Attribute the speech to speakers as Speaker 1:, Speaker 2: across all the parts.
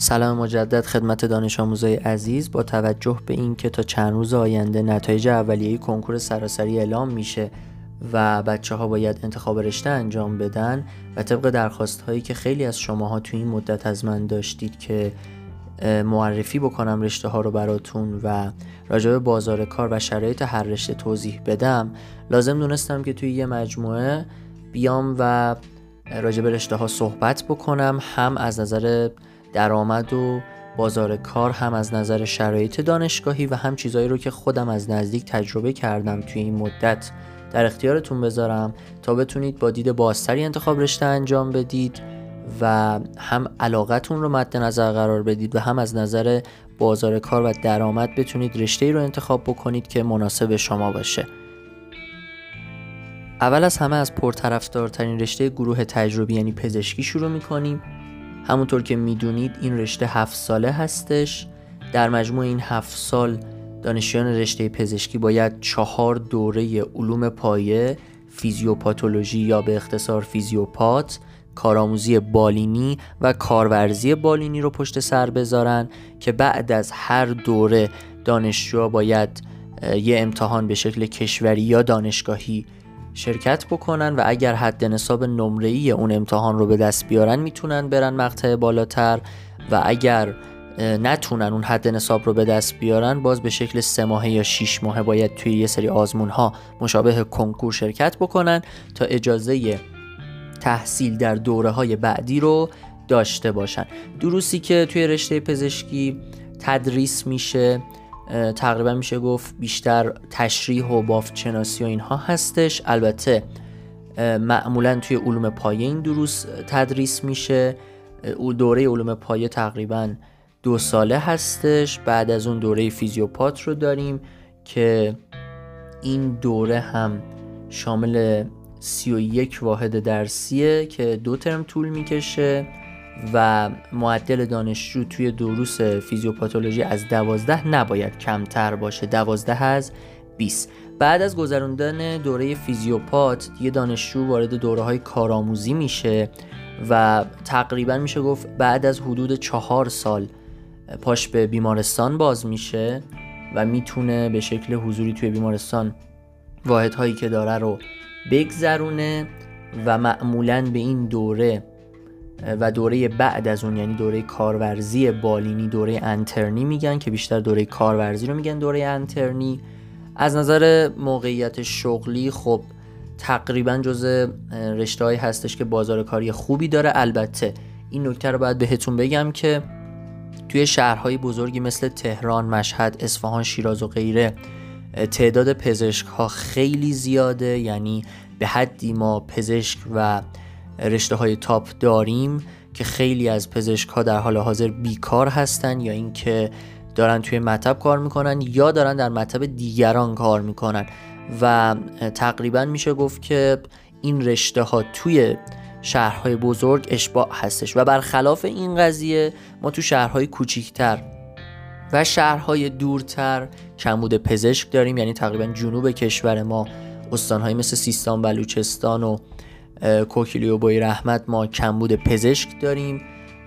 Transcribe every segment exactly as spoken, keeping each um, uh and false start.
Speaker 1: سلام مجدد خدمت دانش آموزای عزیز. با توجه به این که تا چند روز آینده نتایج اولیه کنکور سراسری اعلام میشه و بچه ها باید انتخاب رشته انجام بدن و طبق درخواست هایی که خیلی از شماها توی این مدت از من داشتید که معرفی بکنم رشته ها رو براتون و راجع به بازار کار و شرایط هر رشته توضیح بدم، لازم دونستم که توی یه مجموعه بیام و راجع به رشته ها صحبت بکنم، هم از نظر درآمد و بازار کار، هم از نظر شرایط دانشگاهی و هم چیزایی رو که خودم از نزدیک تجربه کردم توی این مدت در اختیارتون بذارم تا بتونید با دید بازتری انتخاب رشته انجام بدید و هم علاقتون رو مد نظر قرار بدید و هم از نظر بازار کار و درآمد بتونید رشته‌ای رو انتخاب بکنید که مناسب شما باشه. اول از همه از پرطرفدارترین رشته گروه تجربی یعنی پزشکی شروع می‌کنیم. همونطور که میدونید این رشته هفت ساله هستش. در مجموع این هفت سال دانشجویان رشته پزشکی باید چهار دوره علوم پایه، فیزیوپاتولوژی یا به اختصار فیزیوپات، کارآموزی بالینی و کارورزی بالینی رو پشت سر بذارن که بعد از هر دوره دانشجوها باید یه امتحان به شکل کشوری یا دانشگاهی شرکت بکنن و اگر حد نصاب نمره‌ای اون امتحان رو به دست بیارن میتونن برن مقطع بالاتر و اگر نتونن اون حد نصاب رو به دست بیارن باز به شکل سه ماهه یا شیش ماهه باید توی یه سری آزمون ها مشابه کنکور شرکت بکنن تا اجازه تحصیل در دوره های بعدی رو داشته باشن. دروسی که توی رشته پزشکی تدریس میشه تقریبا میشه گفت بیشتر تشریح و بافت‌شناسی و اینها هستش. البته معمولا توی علوم پایه این دروس تدریس میشه. دوره علوم پایه تقریبا دو ساله هستش. بعد از اون دوره فیزیوپات رو داریم که این دوره هم شامل سی و یک واحد درسیه که دو ترم طول میکشه و معدل دانشجو توی دروس فیزیوپاتولوژی از دوازده نباید کمتر باشه، دوازده از بیست. بعد از گذراندن دوره فیزیوپات یه دانشجو وارد دوره های کارآموزی میشه و تقریبا میشه گفت بعد از حدود چهار سال پاش به بیمارستان باز میشه و میتونه به شکل حضوری توی بیمارستان واحدهایی که داره رو بگذرونه و معمولاً به این دوره و دوره بعد از اون یعنی دوره کارورزی بالینی دوره انترنی میگن که بیشتر دوره کارورزی رو میگن دوره انترنی. از نظر موقعیت شغلی خب تقریبا جز رشته‌هایی هستش که بازار کاری خوبی داره. البته این نکته رو باید بهتون بگم که توی شهرهای بزرگی مثل تهران، مشهد، اصفهان، شیراز و غیره تعداد پزشک ها خیلی زیاده، یعنی به حدی ما پزشک و رشته های تاپ داریم که خیلی از پزشک ها در حال حاضر بیکار هستن یا اینکه دارن توی مطب کار میکنن یا دارن در مطب دیگران کار میکنن و تقریبا میشه گفت که این رشته ها توی شهرهای بزرگ اشباع هستش و برخلاف این قضیه ما تو شهرهای کوچیکتر و شهرهای دورتر کمبود پزشک داریم. یعنی تقریبا جنوب کشور ما استانهای مثل سیستان، بلوچستان و کوکیلی و بوی رحمت ما کمبود پزشک داریم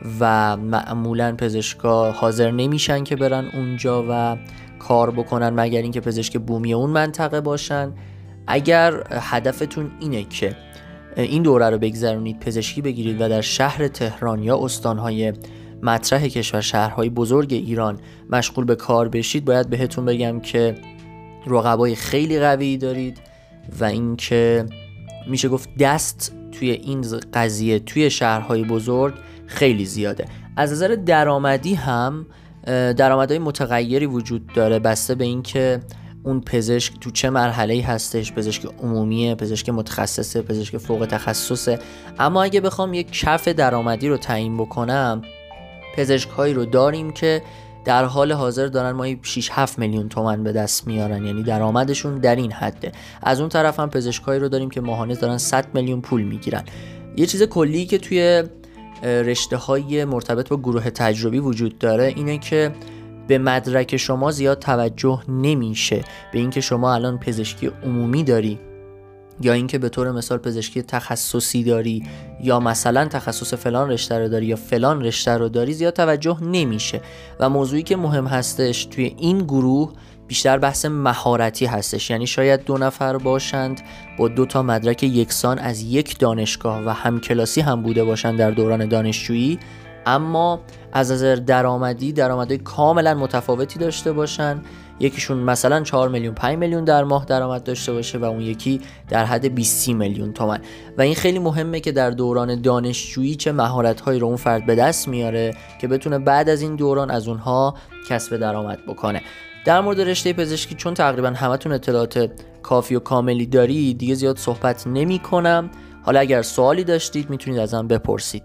Speaker 1: و معمولا پزشکا حاضر نمیشن که برن اونجا و کار بکنن مگر اینکه پزشک بومی اون منطقه باشن. اگر هدفتون اینه که این دوره رو بگذرونید پزشکی بگیرید و در شهر تهران یا استانهای مطرح کشور، شهرهای بزرگ ایران مشغول به کار بشید، باید بهتون بگم که رقبای خیلی قوی دارید و اینکه میشه گفت دست توی این قضیه توی شهرهای بزرگ خیلی زیاده. از نظر درآمدی هم درآمدهای متغیری وجود داره بسته به اینکه اون پزشک تو چه مرحله‌ای هستش، پزشک عمومیه، پزشک متخصصه، پزشک فوق تخصصه. اما اگه بخوام یک کف درآمدی رو تعیین بکنم، پزشک‌هایی رو داریم که در حال حاضر دارن ماهی شش هفت میلیون تومان به دست میارن، یعنی درآمدشون در این حده. از اون طرف هم پزشک‌هایی رو داریم که ماهانه دارن صد میلیون پول میگیرن. یه چیز کلی که توی رشته‌های مرتبط با گروه تجربی وجود داره اینه که به مدرک شما زیاد توجه نمیشه، به اینکه شما الان پزشکی عمومی داری یا اینکه به طور مثال پزشکی تخصصی داری یا مثلا تخصص فلان رشته رو داری یا فلان رشته رو داری زیاد توجه نمیشه و موضوعی که مهم هستش توی این گروه بیشتر بحث مهارتی هستش. یعنی شاید دو نفر باشند با دو تا مدرک یکسان از یک دانشگاه و همکلاسی هم بوده باشند در دوران دانشجویی، اما از نظر درآمدی درآمدهای کاملا متفاوتی داشته باشن. یکیشون مثلا چهار میلیون پنج میلیون در ماه درآمد داشته باشه و اون یکی در حد بیست میلیون تومان. و این خیلی مهمه که در دوران دانشجویی چه مهارت‌هایی رو اون فرد به دست میاره که بتونه بعد از این دوران از اونها کسب درآمد بکنه. در مورد رشته پزشکی چون تقریبا همتون اطلاعات کافی و کاملی داری دیگه زیاد صحبت نمی کنم. حالا اگر سوالی داشتید میتونید ازم بپرسید.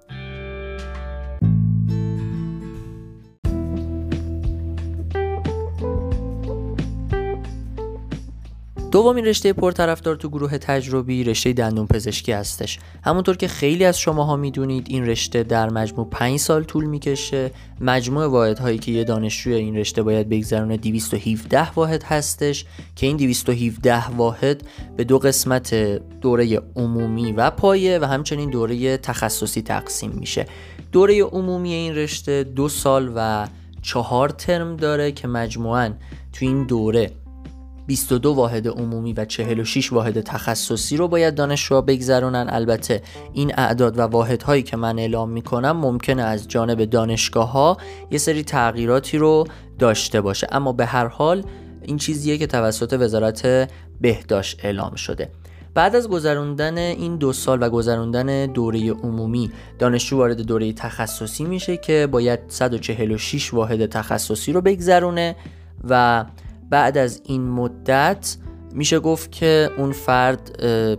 Speaker 1: دومین رشته پرطرفدار تو گروه تجربی رشته دندون پزشکی هستش. همونطور که خیلی از شماها میدونید این رشته در مجموع پنج سال طول میکشه. مجموع واحدهایی که یه دانشجوی این رشته باید بگذرونه دویست و هفده واحد هستش که این دویست و هفده واحد به دو قسمت دوره عمومی و پایه و همچنین دوره تخصصی تقسیم میشه. دوره عمومی این رشته دو سال و چهار ترم داره که مجموعاً تو این دوره بیست و دو واحد عمومی و چهل و شش واحد تخصصی رو باید دانشجوها بگذرونن. البته این اعداد و واحدهایی که من اعلام میکنم ممکنه از جانب دانشگاه‌ها یه سری تغییراتی رو داشته باشه، اما به هر حال این چیزیه که توسط وزارت بهداشت اعلام شده. بعد از گذروندن این دو سال و گذروندن دوره عمومی دانشجو وارد دوره تخصصی میشه که باید صد و چهل و شش واحد تخصصی رو بگذرونه و بعد از این مدت میشه گفت که اون فرد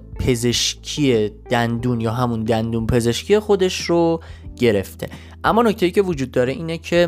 Speaker 1: پزشکی دندون یا همون دندون پزشکی خودش رو گرفته. اما نکته‌ای که وجود داره اینه که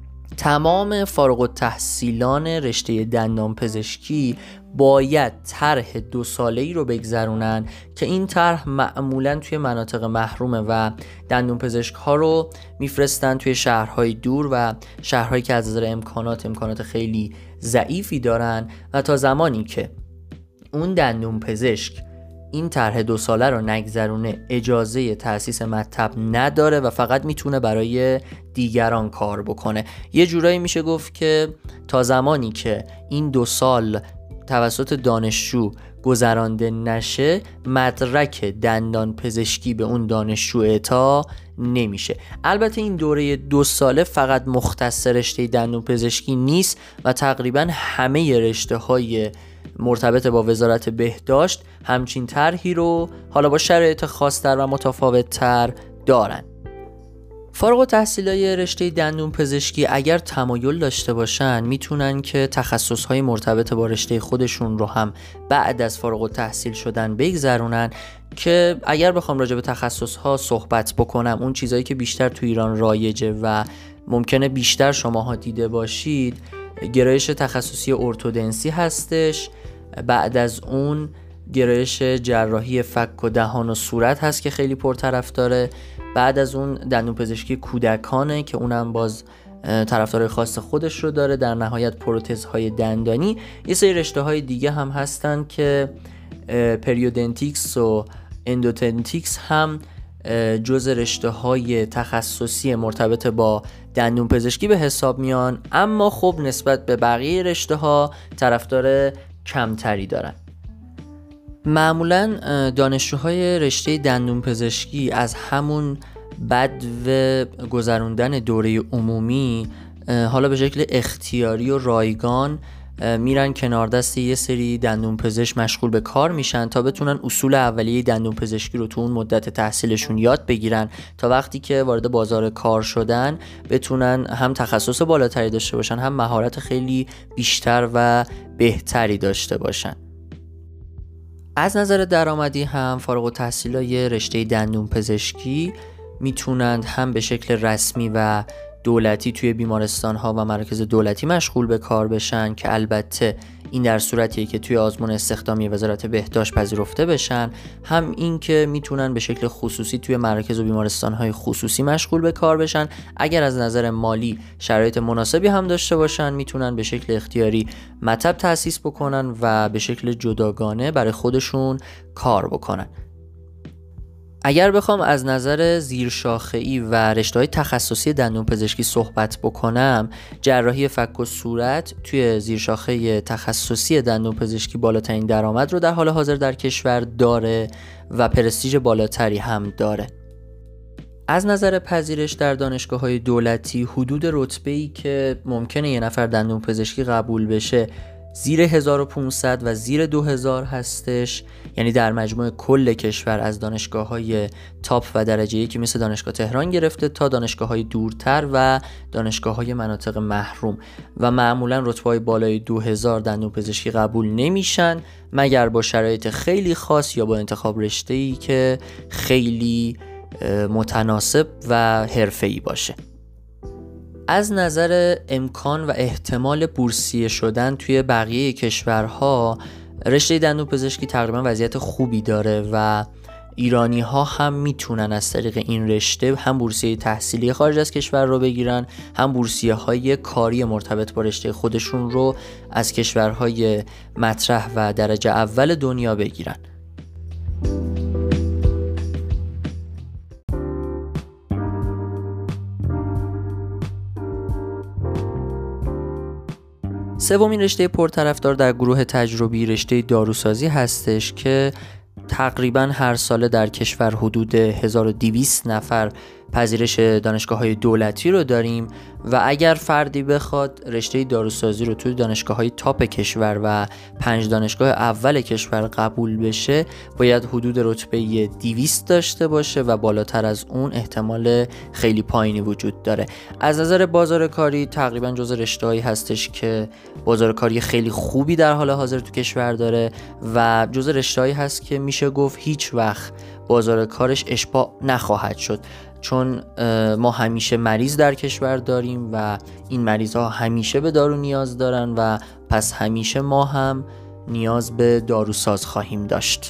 Speaker 1: تمام فارغ التحصیلان رشته دندان پزشکی باید طرح دو ساله‌ای رو بگذرونن که این طرح معمولاً توی مناطق محرومه و دندون پزشک ها رو میفرستن توی شهرهای دور و شهرهایی که از نظر امکانات امکانات خیلی ضعیفی دارن و تا زمانی که اون دندون پزشک این طرح دو ساله رو نگذرونه اجازه تأسیس مطب نداره و فقط میتونه برای دیگران کار بکنه. یه جورایی میشه گفت که تا زمانی که این دو سال توسط دانشجو گذرانده نشه مدرک دندان پزشکی به اون دانشجو اعطا نمیشه. البته این دوره دو ساله فقط مختص رشته دندون پزشکی نیست و تقریبا همه رشته های مرتبط با وزارت بهداشت همچین طرحی رو حالا با شرایط خاص‌تر و متفاوت‌تر دارن. فارغ التحصیلای رشته دندون پزشکی اگر تمایل داشته باشن میتونن که تخصصهای مرتبط با رشته خودشون رو هم بعد از فارغ التحصیل شدن بگذرونن که اگر بخوام راجع به تخصصها صحبت بکنم اون چیزایی که بیشتر تو ایران رایجه و ممکنه بیشتر شماها دیده باشید گرایش تخصصی ارتودنسی هستش. بعد از اون گرایش جراحی فک و دهان و صورت هست که خیلی پرطرفداره. بعد از اون دندون پزشکی کودکانه که اونم باز طرفدار خاص خودش رو داره. در نهایت پروتزهای دندانی. یه سری رشته های دیگه هم هستن که پریودنتیکس و اندوتنتیکس هم جز رشته های تخصصی مرتبط با دندون پزشکی به حساب میان، اما خب نسبت به بقیه رشته ها طرفدار کمتری دارن. معمولا دانشجوهای رشته دندون پزشکی از همون بدو گذروندن دوره عمومی حالا به شکل اختیاری و رایگان میرن کنار دست یه سری دندون پزشک مشغول به کار میشن تا بتونن اصول اولیه دندون پزشکی رو تو اون مدت تحصیلشون یاد بگیرن تا وقتی که وارد بازار کار شدن بتونن هم تخصص بالاتری داشته باشن هم مهارت خیلی بیشتر و بهتری داشته باشن. از نظر درآمدی هم فارغ التحصیلای رشته دندون پزشکی میتونند هم به شکل رسمی و دولتی توی بیمارستان‌ها و مراکز دولتی مشغول به کار بشن که البته این در صورتیه که توی آزمون استخدامی وزارت بهداشت پذیرفته بشن، هم این که میتونن به شکل خصوصی توی مراکز و بیمارستان‌های خصوصی مشغول به کار بشن. اگر از نظر مالی شرایط مناسبی هم داشته باشن، میتونن به شکل اختیاری مطب تأسیس بکنن و به شکل جداگانه برای خودشون کار بکنن. اگر بخوام از نظر زیرشاخه‌ای و رشته‌های تخصصی دندانپزشکی صحبت بکنم، جراحی فک و صورت توی زیرشاخه تخصصی دندانپزشکی بالاترین درآمد رو در حال حاضر در کشور داره و پرستیژ بالاتری هم داره. از نظر پذیرش در دانشگاه‌های دولتی، حدود رتبه‌ای که ممکنه یه نفر دندانپزشکی قبول بشه زیر هزار و پانصد و زیر دو هزار هستش. یعنی در مجموع کل کشور از دانشگاه‌های تاپ و درجه یکی مثل دانشگاه تهران گرفته تا دانشگاه‌های دورتر و دانشگاه‌های مناطق محروم، و معمولاً رتبه‌های بالای دو هزار دندانپزشکی قبول نمیشن مگر با شرایط خیلی خاص یا با انتخاب رشته‌ای که خیلی متناسب و حرفه‌ای باشه. از نظر امکان و احتمال بورسیه شدن توی بقیه کشورها، رشته دندانپزشکی تقریبا وضعیت خوبی داره و ایرانی ها هم میتونن از طریق این رشته هم بورسیه تحصیلی خارج از کشور رو بگیرن، هم بورسیه های کاری مرتبط با رشته خودشون رو از کشورهای مطرح و درجه اول دنیا بگیرن. سومین رشته پرطرفدار در گروه تجربی رشته داروسازی هستش که تقریبا هر ساله در کشور حدود هزار و دویست نفر پذیرش دانشگاه‌های دولتی رو داریم و اگر فردی بخواد رشته داروسازی رو توی دانشگاه‌های تاپ کشور و پنج دانشگاه اول کشور قبول بشه، باید حدود رتبه دویست داشته باشه و بالاتر از اون احتمال خیلی پایینی وجود داره. از نظر بازار کاری تقریبا جزو رشته‌هایی هستش که بازار کاری خیلی خوبی در حال حاضر تو کشور داره و جزو رشته‌هایی هست که میشه گفت هیچ وقت بازار کارش اشباع نخواهد شد، چون ما همیشه مریض در کشور داریم و این مریض ها همیشه به دارو نیاز دارن و پس همیشه ما هم نیاز به داروساز خواهیم داشت.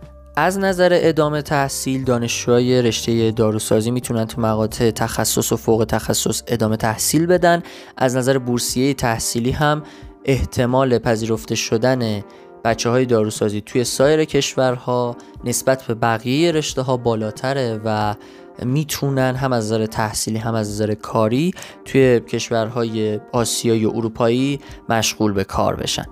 Speaker 1: از نظر ادامه تحصیل، دانشجوهای رشته داروسازی میتونن تو مقاطع تخصص و فوق تخصص ادامه تحصیل بدن. از نظر بورسیه تحصیلی هم احتمال پذیرفته شدن بچه های داروسازی توی سایر کشورها نسبت به بقیه رشته ها بالاتره و میتونن هم از نظر تحصیلی هم از نظر کاری توی کشورهای آسیایی و اروپایی مشغول به کار بشن.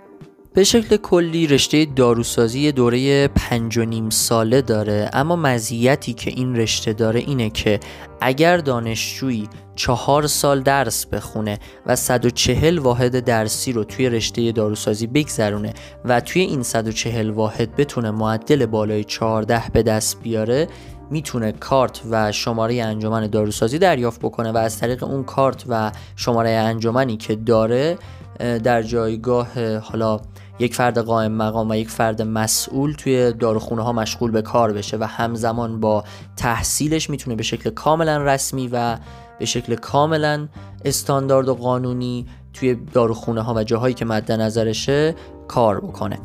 Speaker 1: به شکل کلی رشته داروسازی دوره پنج و نیم ساله داره، اما مزیتی که این رشته داره اینه که اگر دانشجویی چهار سال درس بخونه و صد و چهل واحد درسی رو توی رشته داروسازی بگذرونه و توی این صد و چهل واحد بتونه معدل بالای چهارده به دست بیاره، میتونه کارت و شماره انجمن داروسازی دریافت بکنه و از طریق اون کارت و شماره انجمنی که داره در جایگاه حالا یک فرد قائم مقام و یک فرد مسئول توی داروخونه ها مشغول به کار بشه و همزمان با تحصیلش میتونه به شکل کاملا رسمی و به شکل کاملا استاندارد و قانونی توی داروخونه ها و جاهایی که مد نظرشه کار بکنه.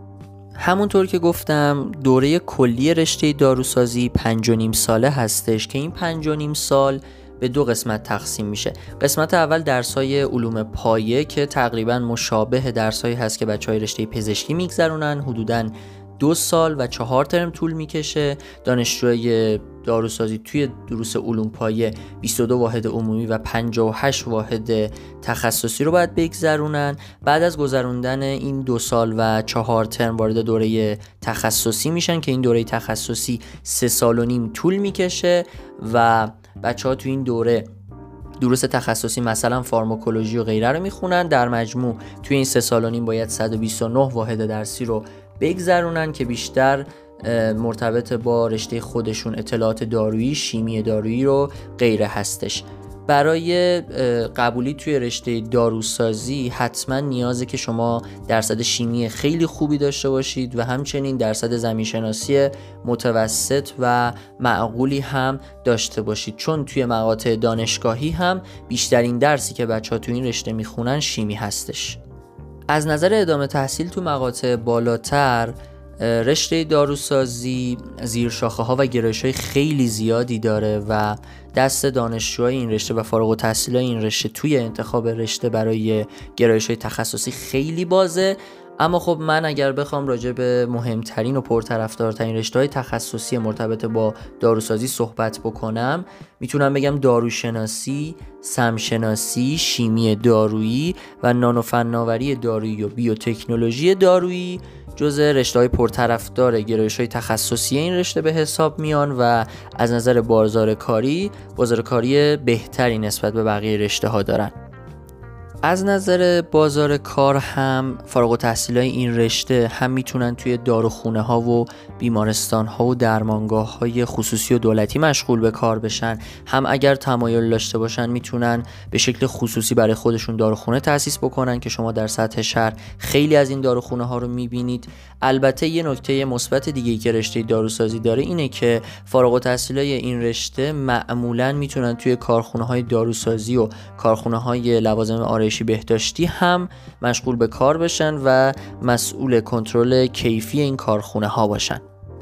Speaker 1: همونطور که گفتم دوره کلی رشته داروسازی پنج و نیم ساله هستش که این پنج و نیم سال به دو قسمت تقسیم میشه. قسمت اول درسای علوم پایه که تقریبا مشابه درسایی هست که بچهای رشته پزشکی میگذرونن، حدوداً دو سال و چهار ترم طول میکشه. دانشجوی داروسازی توی دروس علوم پایه بیست و دو واحد عمومی و پنجاه و هشت واحد تخصصی رو باید بگذرونن. بعد از گذروندن این دو سال و چهار ترم وارد دوره تخصصی میشن که این دوره تخصصی سه سال و نیم طول میکشه و بچه ها توی این دوره دروس تخصصی مثلا فارماکولوژی و غیره رو میخونن. در مجموع توی این سه سال و نیم باید صد و بیست و نه واحد درسی رو بگذرونن که بیشتر مرتبط با رشته خودشون اطلاعات دارویی، شیمی دارویی رو غیره هستش. برای قبولی توی رشته داروسازی حتما نیازه که شما درصد شیمی خیلی خوبی داشته باشید و همچنین درصد زمینشناسی متوسط و معقولی هم داشته باشید، چون توی مقاطع دانشگاهی هم بیشترین درسی که بچه‌ها توی این رشته میخونن شیمی هستش. از نظر ادامه تحصیل تو مقاطع بالاتر، رشته داروسازی زیر شاخه ها و گرایش های خیلی زیادی داره و دست دانشجوهای این رشته و فارغ التحصیلای این رشته توی انتخاب رشته برای گرایش های تخصصی خیلی بازه. اما خب من اگر بخوام راجع به مهمترین و پرطرفدارترین رشته‌های تخصصی مرتبط با داروسازی صحبت بکنم، میتونم بگم داروشناسی، سمشناسی، شیمی دارویی و نانوفناوری دارویی و بیوتکنولوژی دارویی جزء رشته‌های پرطرفدار گرایش‌های تخصصی این رشته به حساب میان و از نظر بازار کاری، بازار کاری بهتری نسبت به بقیه رشته‌ها دارن. از نظر بازار کار هم فارغ التحصیلای این رشته هم میتونن توی داروخونه ها و بیمارستان ها و درمانگاه های خصوصی و دولتی مشغول به کار بشن، هم اگر تمایل داشته باشن میتونن به شکل خصوصی برای خودشون داروخونه تأسیس بکنن که شما در سطح شهر خیلی از این داروخونه ها رو میبینید. البته یه نکته مثبت دیگه‌ای که رشته داروسازی داره اینه که فارغ التحصیلای این رشته معمولاً میتونن توی کارخونه های داروسازی و کارخونه های لوازم آرایشی بهداشتی هم مشغول به کار بشن و مسئول کنترل کیفی این کارخونه ها باشن.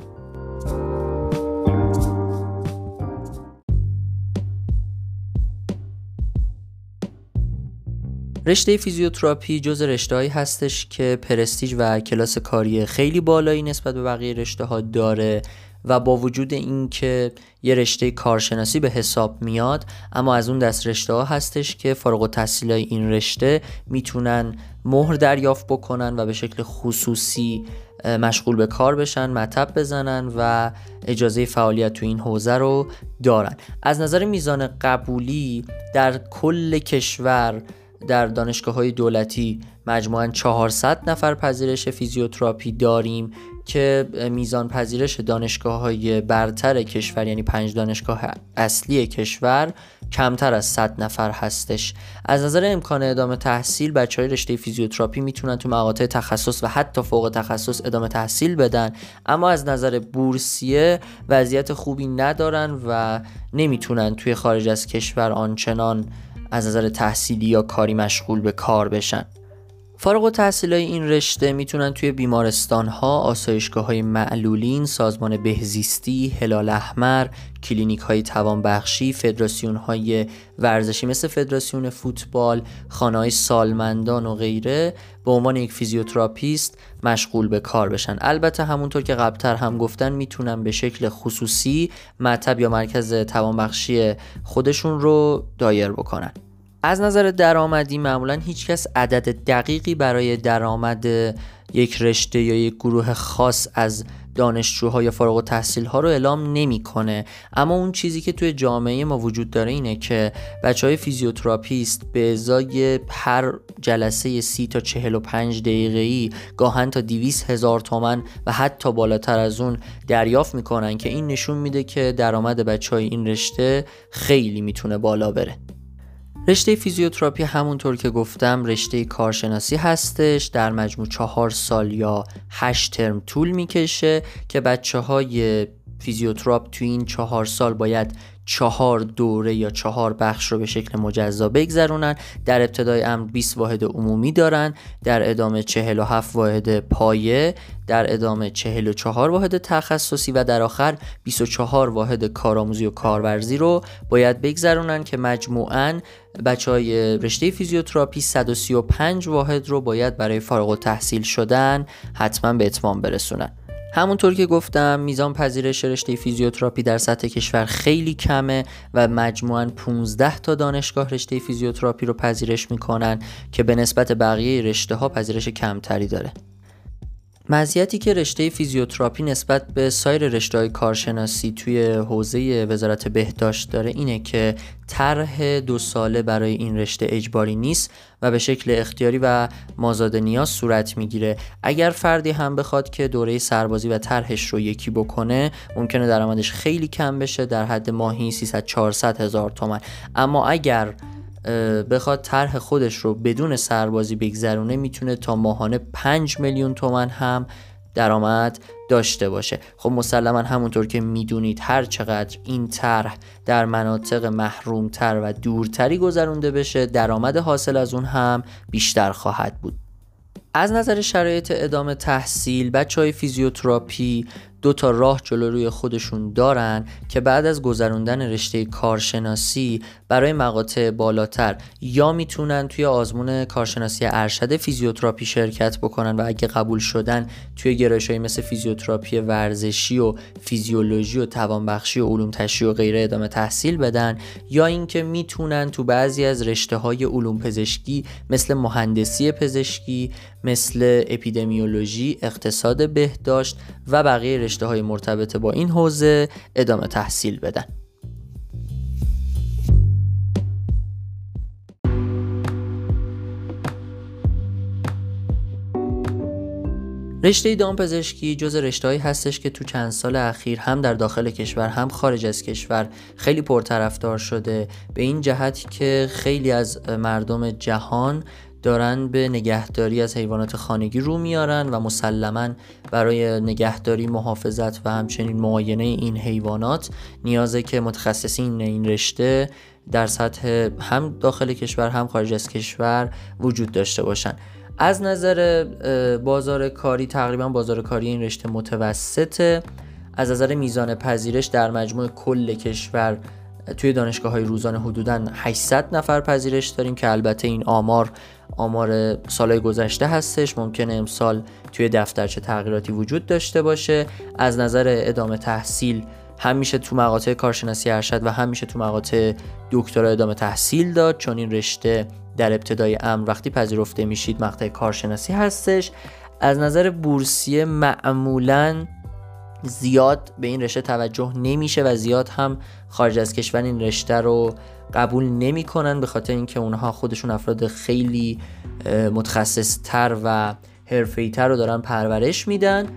Speaker 1: رشته فیزیوتراپی جز رشته‌هایی هستش که پرستیژ و کلاس کاری خیلی بالایی نسبت به بقیه رشته‌ها داره و با وجود این که یه رشته کارشناسی به حساب میاد، اما از اون دست رشته‌ها هستش که فارغ التحصیلای این رشته میتونن مهر دریافت بکنن و به شکل خصوصی مشغول به کار بشن، مطب بزنن و اجازه فعالیت تو این حوزه رو دارن. از نظر میزان قبولی در کل کشور در دانشگاه‌های دولتی مجموعاً چهارصد نفر پذیرش فیزیوتراپی داریم که میزان پذیرش دانشگاه‌های برتر کشور، یعنی پنج دانشگاه اصلی کشور، کمتر از صد نفر هستش. از نظر امکان ادامه تحصیل، بچه‌های رشته فیزیوتراپی میتونن تو مقاطع تخصص و حتی فوق تخصص ادامه تحصیل بدن، اما از نظر بورسیه وضعیت خوبی ندارن و نمیتونن توی خارج از کشور آنچنان از نظر تحصیلی یا کاری مشغول به کار بشن. فارغ التحصیلای این رشته میتونن توی بیمارستان‌ها، آسایشگاه‌های معلولین، سازمان بهزیستی، هلال احمر، کلینیک‌های توانبخشی، فدراسیون‌های ورزشی مثل فدراسیون فوتبال، خانه‌های سالمندان و غیره به عنوان یک فیزیوتراپیست مشغول به کار بشن. البته همونطور که قبلتر هم گفتن میتونن به شکل خصوصی مطب یا مرکز توانبخشی خودشون رو دایر بکنن. از نظر درآمدی معمولا هیچ کس عدد دقیقی برای درآمد یک رشته یا یک گروه خاص از دانشجوها یا فارغ التحصیل‌ها رو اعلام نمی‌کنه، اما اون چیزی که توی جامعه ما وجود داره اینه که بچهای فیزیوتراپیست به ازای هر جلسه سی تا چهل و پنج دقیقه‌ای گاهن تا دویست هزار تومان و حتی بالاتر از اون دریافت می‌کنن که این نشون میده که درآمد بچهای این رشته خیلی میتونه بالا بره. رشته فیزیوتراپی همونطور که گفتم رشته کارشناسی هستش، در مجموع چهار سال یا هشت ترم طول میکشه که بچه های فیزیوتراپ توی این چهار سال باید چهار دوره یا چهار بخش رو به شکل مجزا بگذرونن. در ابتدای امر بیست واحد عمومی دارن، در ادامه چهل و هفت واحد پایه، در ادامه چهل و چهار واحد تخصصی و در آخر بیست و چهار واحد کارآموزی و کارورزی رو باید بگذرونن که مجموعاً بچهای رشته فیزیوتراپی صد و سی و پنج واحد رو باید برای فارغ التحصیل شدن حتما به اتمام برسونن. همونطور که گفتم میزان پذیرش رشته فیزیوتراپی در سطح کشور خیلی کمه و مجموعاً پانزده تا دانشگاه رشته فیزیوتراپی رو پذیرش میکنن که به نسبت بقیه رشته ها پذیرش کمتری داره. مزیتی که رشته فیزیوتراپی نسبت به سایر رشته‌های کارشناسی توی حوزه وزارت بهداشت داره اینه که طرح دو ساله برای این رشته اجباری نیست و به شکل اختیاری و مازاد نیاز صورت میگیره. اگر فردی هم بخواد که دوره سربازی و طرحش رو یکی بکنه ممکنه درآمدش خیلی کم بشه، در حد ماهی سیصد چهارصد هزار تومان، اما اگر بخواد طرح خودش رو بدون سربازی بگذرونه میتونه تا ماهانه پنج میلیون تومان هم درآمد داشته باشه. خب مسلما همونطور که میدونید هر چقدر این طرح در مناطق محرومتر و دورتری گذرونده بشه درآمد حاصل از اون هم بیشتر خواهد بود. از نظر شرایط ادامه تحصیل، بچهای فیزیوتراپی دو تا راه جلو روی خودشون دارن که بعد از گذروندن رشته کارشناسی برای مقاطع بالاتر یا میتونن توی آزمون کارشناسی ارشد فیزیوتراپی شرکت بکنن و اگه قبول شدن توی گرایش‌های مثل فیزیوتراپی ورزشی و فیزیولوژی و توانبخشی و علوم تشریح و غیره ادامه تحصیل بدن، یا اینکه میتونن تو بعضی از رشته‌های علوم پزشکی مثل مهندسی پزشکی، مثل اپیدمیولوژی، اقتصاد بهداشت و بقیه رشته‌های مرتبط با این حوزه ادامه تحصیل بدن. رشته دامپزشکی جز رشته‌هایی هستش که تو چند سال اخیر هم در داخل کشور هم خارج از کشور خیلی پرطرفدار شده، به این جهت که خیلی از مردم جهان دارن به نگهداری از حیوانات خانگی رو میارن و مسلماً برای نگهداری، محافظت و همچنین معاینه این حیوانات نیازه که متخصصین این رشته در سطح هم داخل کشور هم خارج از کشور وجود داشته باشن. از نظر بازار کاری تقریبا بازار کاری این رشته متوسطه. از نظر میزان پذیرش در مجموع کل کشور توی دانشگاه‌های روزانه حدوداً هشتصد نفر پذیرش داریم که البته این آمار آمار سالهای گذشته هستش، ممکنه امسال توی دفترچه تغییراتی وجود داشته باشه. از نظر ادامه تحصیل هم میشه تو مقاطع کارشناسی ارشد و هم میشه تو مقاطع دکترا ادامه تحصیل داد، چون این رشته در ابتدای امر وقتی پذیرفته میشید مقطع کارشناسی هستش. از نظر بورسیه معمولاً زیاد به این رشته توجه نمیشه و زیاد هم خارج از کشور این رشته رو قبول نمی کنن، به خاطر اینکه اونها خودشون افراد خیلی متخصص تر و حرفه‌ای تر رو دارن پرورش میدن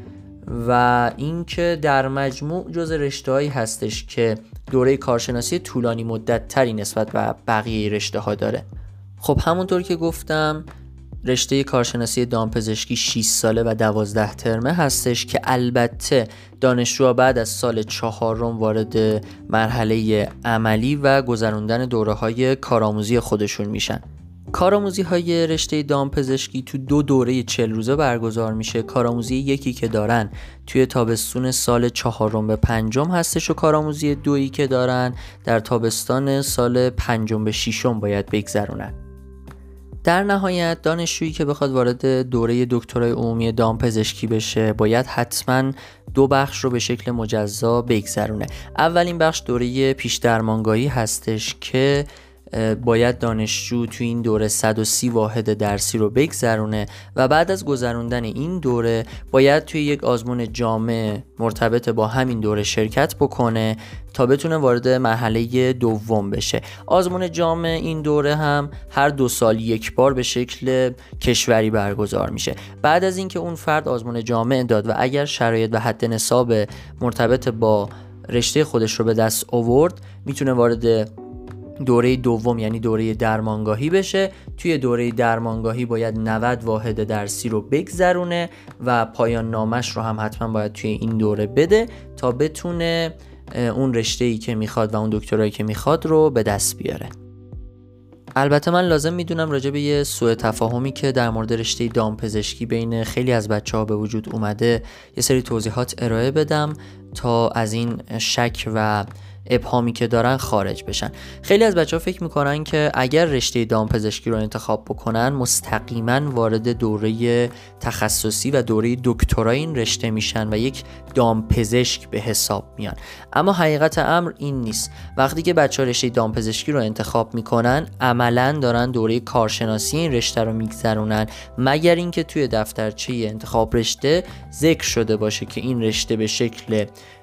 Speaker 1: و اینکه در مجموع جز رشته‌هایی هستش که دوره کارشناسی طولانی مدت تری نسبت به بقیه رشته ها داره. خب همونطور که گفتم رشته کارشناسی دامپزشکی شش ساله و دوازده ترمه هستش که البته دانشجوها بعد از سال چهارم وارد مرحله عملی و گذراندن دوره‌های کارآموزی خودشون میشن. کارآموزی های رشته دامپزشکی تو دو دوره چهل روزه برگزار میشه. کارآموزی یکی که دارن توی تابستون سال چهارم به پنجم هستش و کارآموزی دویی که دارن در تابستان سال پنجم به ششم باید بگذرونن. در نهایت دانشجویی که بخواد وارد دوره دکترای عمومی دامپزشکی بشه باید حتما دو بخش رو به شکل مجزا بگذرونه. اولین بخش دوره پیش درمانگاهی هستش که باید دانشجو توی این دوره صد و سی واحد درسی رو بگذرونه و بعد از گذروندن این دوره باید توی یک آزمون جامع مرتبط با همین دوره شرکت بکنه تا بتونه وارد مرحله دوم بشه. آزمون جامع این دوره هم هر دو سال یک بار به شکل کشوری برگزار میشه. بعد از اینکه اون فرد آزمون جامع داد و اگر شرایط و حد نصاب مرتبط با رشته خودش رو به دست آورد میتونه وارد دوره دوم یعنی دوره درمانگاهی بشه. توی دوره درمانگاهی باید نود واحد درسی رو بگذرونه و پایان نامش رو هم حتما باید توی این دوره بده تا بتونه اون رشته‌ای که میخواد و اون دکترایی که میخواد رو به دست بیاره. البته من لازم میدونم راجع به یه سوء تفاهمی که در مورد رشته دامپزشکی بین خیلی از بچه‌ها به وجود اومده یه سری توضیحات ارائه بدم تا از این شک و ابهامی که دارن خارج بشن. خیلی از بچه‌ها فکر میکنن که اگر رشته دامپزشکی رو انتخاب بکنن مستقیما وارد دوره تخصصی و دوره دکترای این رشته میشن و یک دامپزشک به حساب میان، اما حقیقت امر این نیست. وقتی که بچه‌ها رشته دامپزشکی رو انتخاب میکنن عملاً دارن دوره کارشناسی این رشته رو میگذرونن، مگر اینکه توی دفترچه انتخاب رشته ذکر شده باشه که این رشته به شکل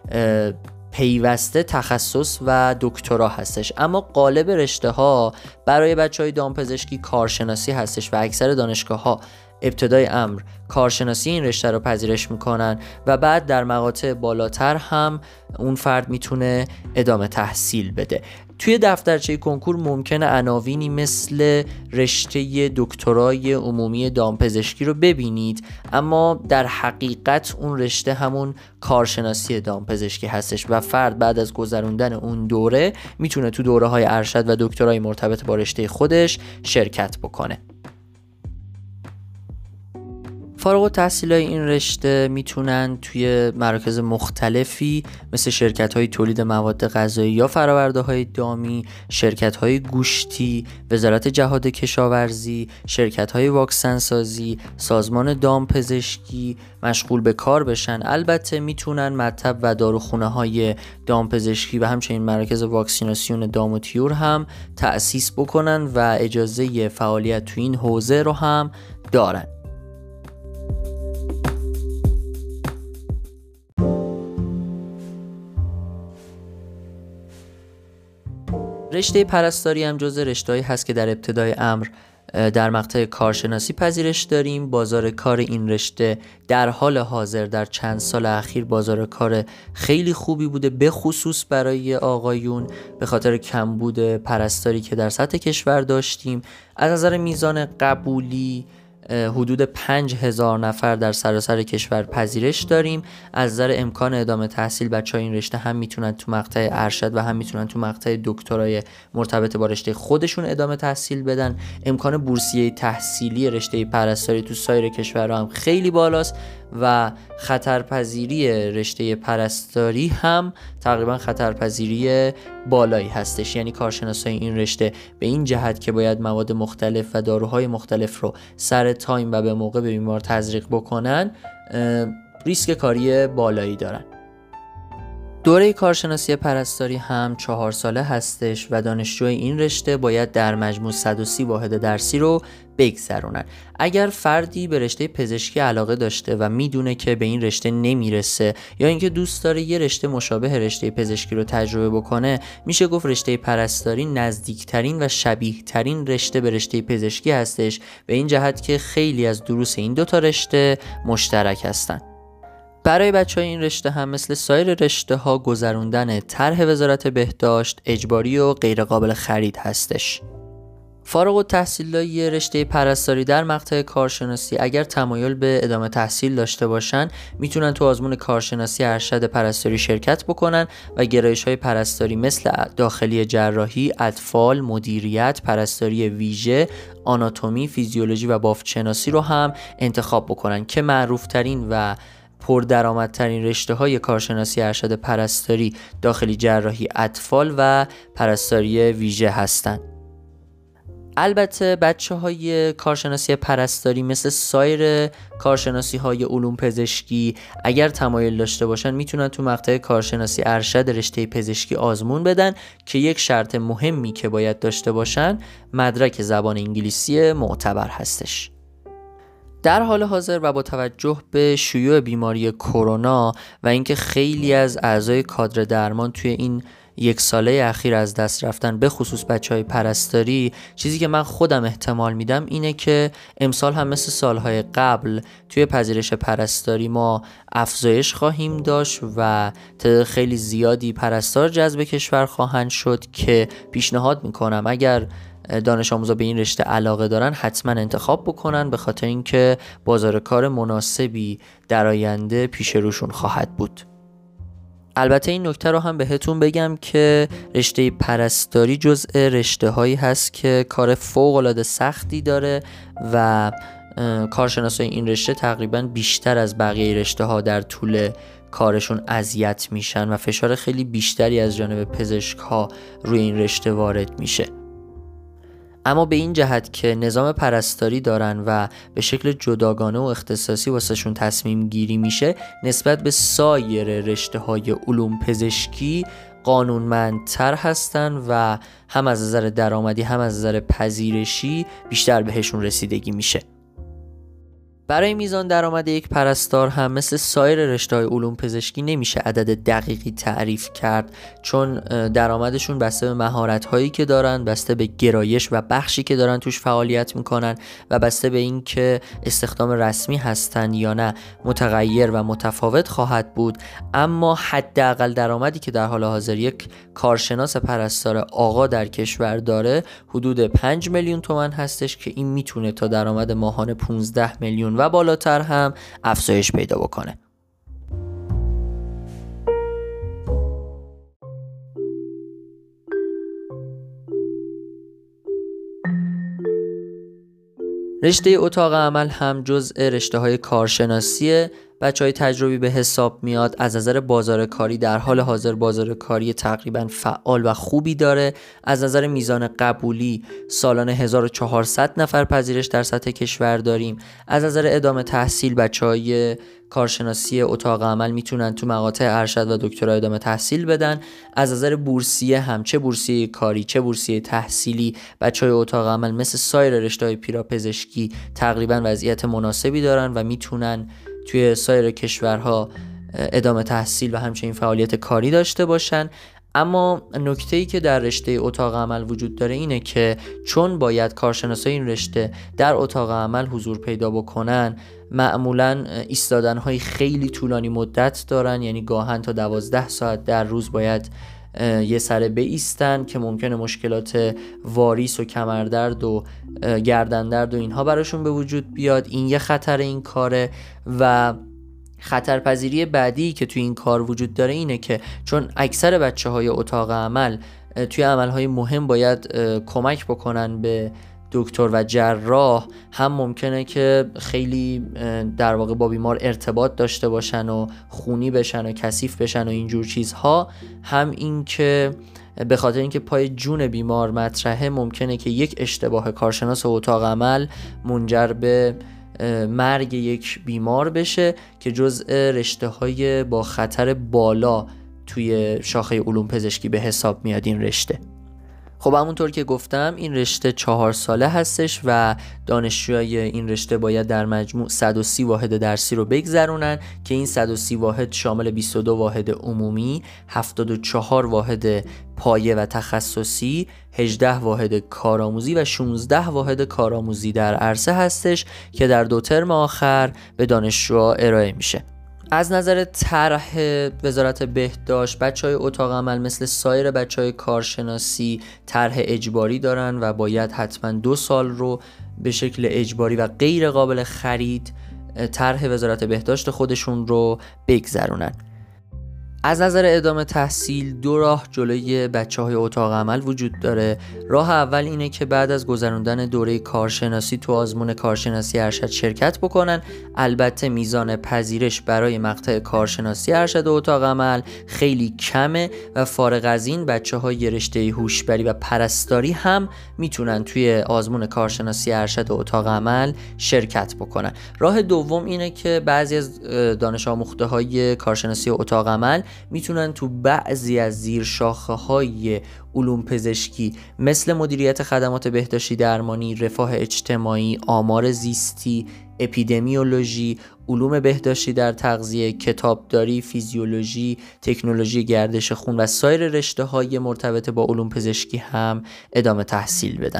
Speaker 1: پیوسته تخصص و دکترا هستش. اما غالب رشته ها برای بچهای دامپزشکی کارشناسی هستش و اکثر دانشگاه ها ابتدای امر کارشناسی این رشته رو پذیرش میکنن و بعد در مقاطع بالاتر هم اون فرد میتونه ادامه تحصیل بده. توی دفترچه کنکور ممکنه عناوینی مثل رشته دکترای عمومی دامپزشکی رو ببینید، اما در حقیقت اون رشته همون کارشناسی دامپزشکی هستش و فرد بعد از گذروندن اون دوره میتونه تو دوره های ارشد و دکترای مرتبط با رشته خودش شرکت بکنه. فارغ التحصیلای این رشته میتونن توی مراکز مختلفی مثل شرکت‌های تولید مواد غذایی یا فرآورده‌های دامی، شرکت‌های گوشتی، وزارت جهاد کشاورزی، شرکت‌های واکسن سازی، سازمان دامپزشکی مشغول به کار بشن. البته میتونن مطب و داروخونه‌های دامپزشکی و همچنین مراکز واکسیناسیون دام و طیور هم تأسیس بکنن و اجازه فعالیت تو این حوزه رو هم دارن. رشته پرستاری هم جزء رشته‌ای هست که در ابتدای امر در مقطع کارشناسی پذیرش داریم. بازار کار این رشته در حال حاضر در چند سال اخیر بازار کار خیلی خوبی بوده، به خصوص برای آقایون به خاطر کمبود پرستاری که در سطح کشور داشتیم. از نظر میزان قبولی حدود پنج هزار نفر در سراسر کشور پذیرش داریم. از نظر امکان ادامه تحصیل بچه‌های این رشته هم میتونن تو مقطع ارشد و هم میتونن تو مقطع دکترای مرتبط با رشته خودشون ادامه تحصیل بدن. امکان بورسیه تحصیلی رشته پرستاری تو سایر کشورها هم خیلی بالاست و خطرپذیری رشته پرستاری هم تقریبا خطرپذیری بالایی هستش. یعنی کارشناسای این رشته به این جهت که باید مواد مختلف و داروهای مختلف رو سر تایم و به موقع به بیمار تزریق بکنن، ریسک کاری بالایی دارن. دوره کارشناسی پرستاری هم چهار ساله هستش و دانشجوی این رشته باید در مجموع صد و سی واحد درسی رو بگذرونن. اگر فردی به رشته پزشکی علاقه داشته و میدونه که به این رشته نمیرسه یا اینکه دوست داره یه رشته مشابه رشته پزشکی رو تجربه بکنه، میشه گفت رشته پرستاری نزدیکترین و شبیه ترین رشته به رشته پزشکی هستش، به این جهت که خیلی از دروس این دوتا رشته مشترک هستن. برای بچه‌های این رشته هم مثل سایر رشته ها گذروندن طرح وزارت بهداشت اجباری و غیر قابل خرید هستش. فارغ التحصیلای رشته پرستاری در مقطع کارشناسی اگر تمایل به ادامه تحصیل داشته باشن میتونن تو آزمون کارشناسی ارشد پرستاری شرکت بکنن و گرایش‌های پرستاری مثل داخلی جراحی، اطفال، مدیریت، پرستاری ویژه، آناتومی، فیزیولوژی و بافت‌شناسی رو هم انتخاب بکنن که معروف‌ترین و پردرآمدترین رشته های کارشناسی ارشد پرستاری داخلی جراحی، اطفال و پرستاری ویژه هستند. البته بچه های کارشناسی پرستاری مثل سایر کارشناسی های علوم پزشکی اگر تمایل داشته باشن میتونن تو مقطع کارشناسی ارشد رشته پزشکی آزمون بدن که یک شرط مهمی که باید داشته باشن مدرک زبان انگلیسی معتبر هستش. در حال حاضر و با توجه به شیوع بیماری کرونا و اینکه خیلی از اعضای کادر درمان توی این یک ساله اخیر از دست رفتن، به خصوص بچهای پرستاری، چیزی که من خودم احتمال میدم اینه که امسال هم مثل سالهای قبل توی پذیرش پرستاری ما افزایش خواهیم داشت و تعداد خیلی زیادی پرستار جذب کشور خواهند شد که پیشنهاد میکنم اگر دانش آموزا به این رشته علاقه دارن حتما انتخاب بکنن، به خاطر اینکه بازار کار مناسبی در آینده پیش روشون خواهد بود. البته این نکته رو هم بهتون بگم که رشته پرستاری جزء رشته هایی هست که کار فوق العاده سختی داره و کارشناسای این رشته تقریبا بیشتر از بقیه رشته ها در طول کارشون اذیت میشن و فشار خیلی بیشتری از جانب پزشک ها روی این رشته وارد میشه. اما به این جهت که نظام پرستاری دارن و به شکل جداگانه و اختصاصی واسهشون تصمیم گیری میشه، نسبت به سایر رشته های علوم پزشکی قانونمندتر هستن و هم از نظر درآمدی هم از نظر پذیرشی بیشتر بهشون رسیدگی میشه. برای میزان درآمد یک پرستار هم مثل سایر رشته‌های علوم پزشکی نمیشه عدد دقیقی تعریف کرد، چون درآمدشون بسته به مهارت‌هایی که دارن، بسته به گرایش و بخشی که دارن توش فعالیت میکنن و بسته به این که استخدام رسمی هستن یا نه متغیر و متفاوت خواهد بود. اما حداقل درآمدی که در حال حاضر یک کارشناس پرستار آقا در کشور داره حدود پنج میلیون تومان هستش که این میتونه تا درآمد ماهانه پانزده میلیون و بالاتر هم افزایش پیدا بکنه. رشته اتاق عمل هم جزء رشته های کارشناسیه. بچه های تجربی به حساب میاد. از نظر بازار کاری در حال حاضر بازار کاری تقریبا فعال و خوبی داره. از نظر میزان قبولی سالانه هزار و چهارصد نفر پذیرش در سطح کشور داریم. از نظر ادامه تحصیل بچه های کارشناسی اتاق عمل میتونن تو مقاطع ارشد و دکترا ادامه تحصیل بدن. از نظر بورسیه هم چه بورسیه کاری چه بورسیه تحصیلی بچهای اتاق عمل مثل سایر رشته‌های پیراپزشکی تقریبا وضعیت مناسبی دارن و میتونن توی سایر کشورها ادامه تحصیل و همچنین فعالیت کاری داشته باشن. اما نکته‌ای که در رشته اتاق عمل وجود داره اینه که چون باید کارشناسای این رشته در اتاق عمل حضور پیدا بکنن، معمولاً ایستادن‌های خیلی طولانی مدت دارن، یعنی گاهن تا دوازده ساعت در روز باید یه سره بایستن که ممکنه مشکلات واریس و کمردرد و گردندرد و اینها براشون به وجود بیاد. این یه خطر این کاره. و خطرپذیری بعدی که توی این کار وجود داره اینه که چون اکثر بچه های اتاق عمل توی عملهای مهم باید کمک بکنن به دکتر و جراح، هم ممکنه که خیلی در واقع با بیمار ارتباط داشته باشن و خونی بشن و کثیف بشن و اینجور چیزها، هم این که به خاطر اینکه پای جون بیمار مطرحه ممکنه که یک اشتباه کارشناس اتاق عمل منجر به مرگ یک بیمار بشه که جزء رشته های با خطر بالا توی شاخه علوم پزشکی به حساب میاد این رشته. خب همونطور که گفتم این رشته چهار ساله هستش و دانشجوهای این رشته باید در مجموع صد و سی واحد درسی رو بگذرونن که این صد و سی واحد شامل بیست و دو واحد عمومی، هفتاد و چهار واحد پایه و تخصصی، هجده واحد کارآموزی و شانزده واحد کارآموزی در عرصه هستش که در دو ترم آخر به دانشجوها ارائه میشه. از نظر طرح وزارت بهداشت بچهای اتاق عمل مثل سایر بچهای کارشناسی طرح اجباری دارن و باید حتما دو سال رو به شکل اجباری و غیر قابل خرید طرح وزارت بهداشت خودشون رو بگذرونن. از نظر ادامه تحصیل دو راه جلوی بچه‌های اتاق عمل وجود داره. راه اول اینه که بعد از گذراندن دوره کارشناسی تو آزمون کارشناسی ارشد شرکت بکنن. البته میزان پذیرش برای مقطع کارشناسی ارشد و اتاق عمل خیلی کمه و فارغ از این بچه‌های رشته هوشبری و پرستاری هم میتونن توی آزمون کارشناسی ارشد و اتاق عمل شرکت بکنن. راه دوم اینه که بعضی از دانش آموخته‌های کارشناسی اتاق عمل میتونن تو بعضی از زیر شاخه های علوم پزشکی مثل مدیریت خدمات بهداشتی درمانی، رفاه اجتماعی، آمار زیستی، اپیدمیولوژی، علوم بهداشتی در تغذیه، کتابداری، فیزیولوژی، تکنولوژی گردش خون و سایر رشته های مرتبط با علوم پزشکی هم ادامه تحصیل بدن.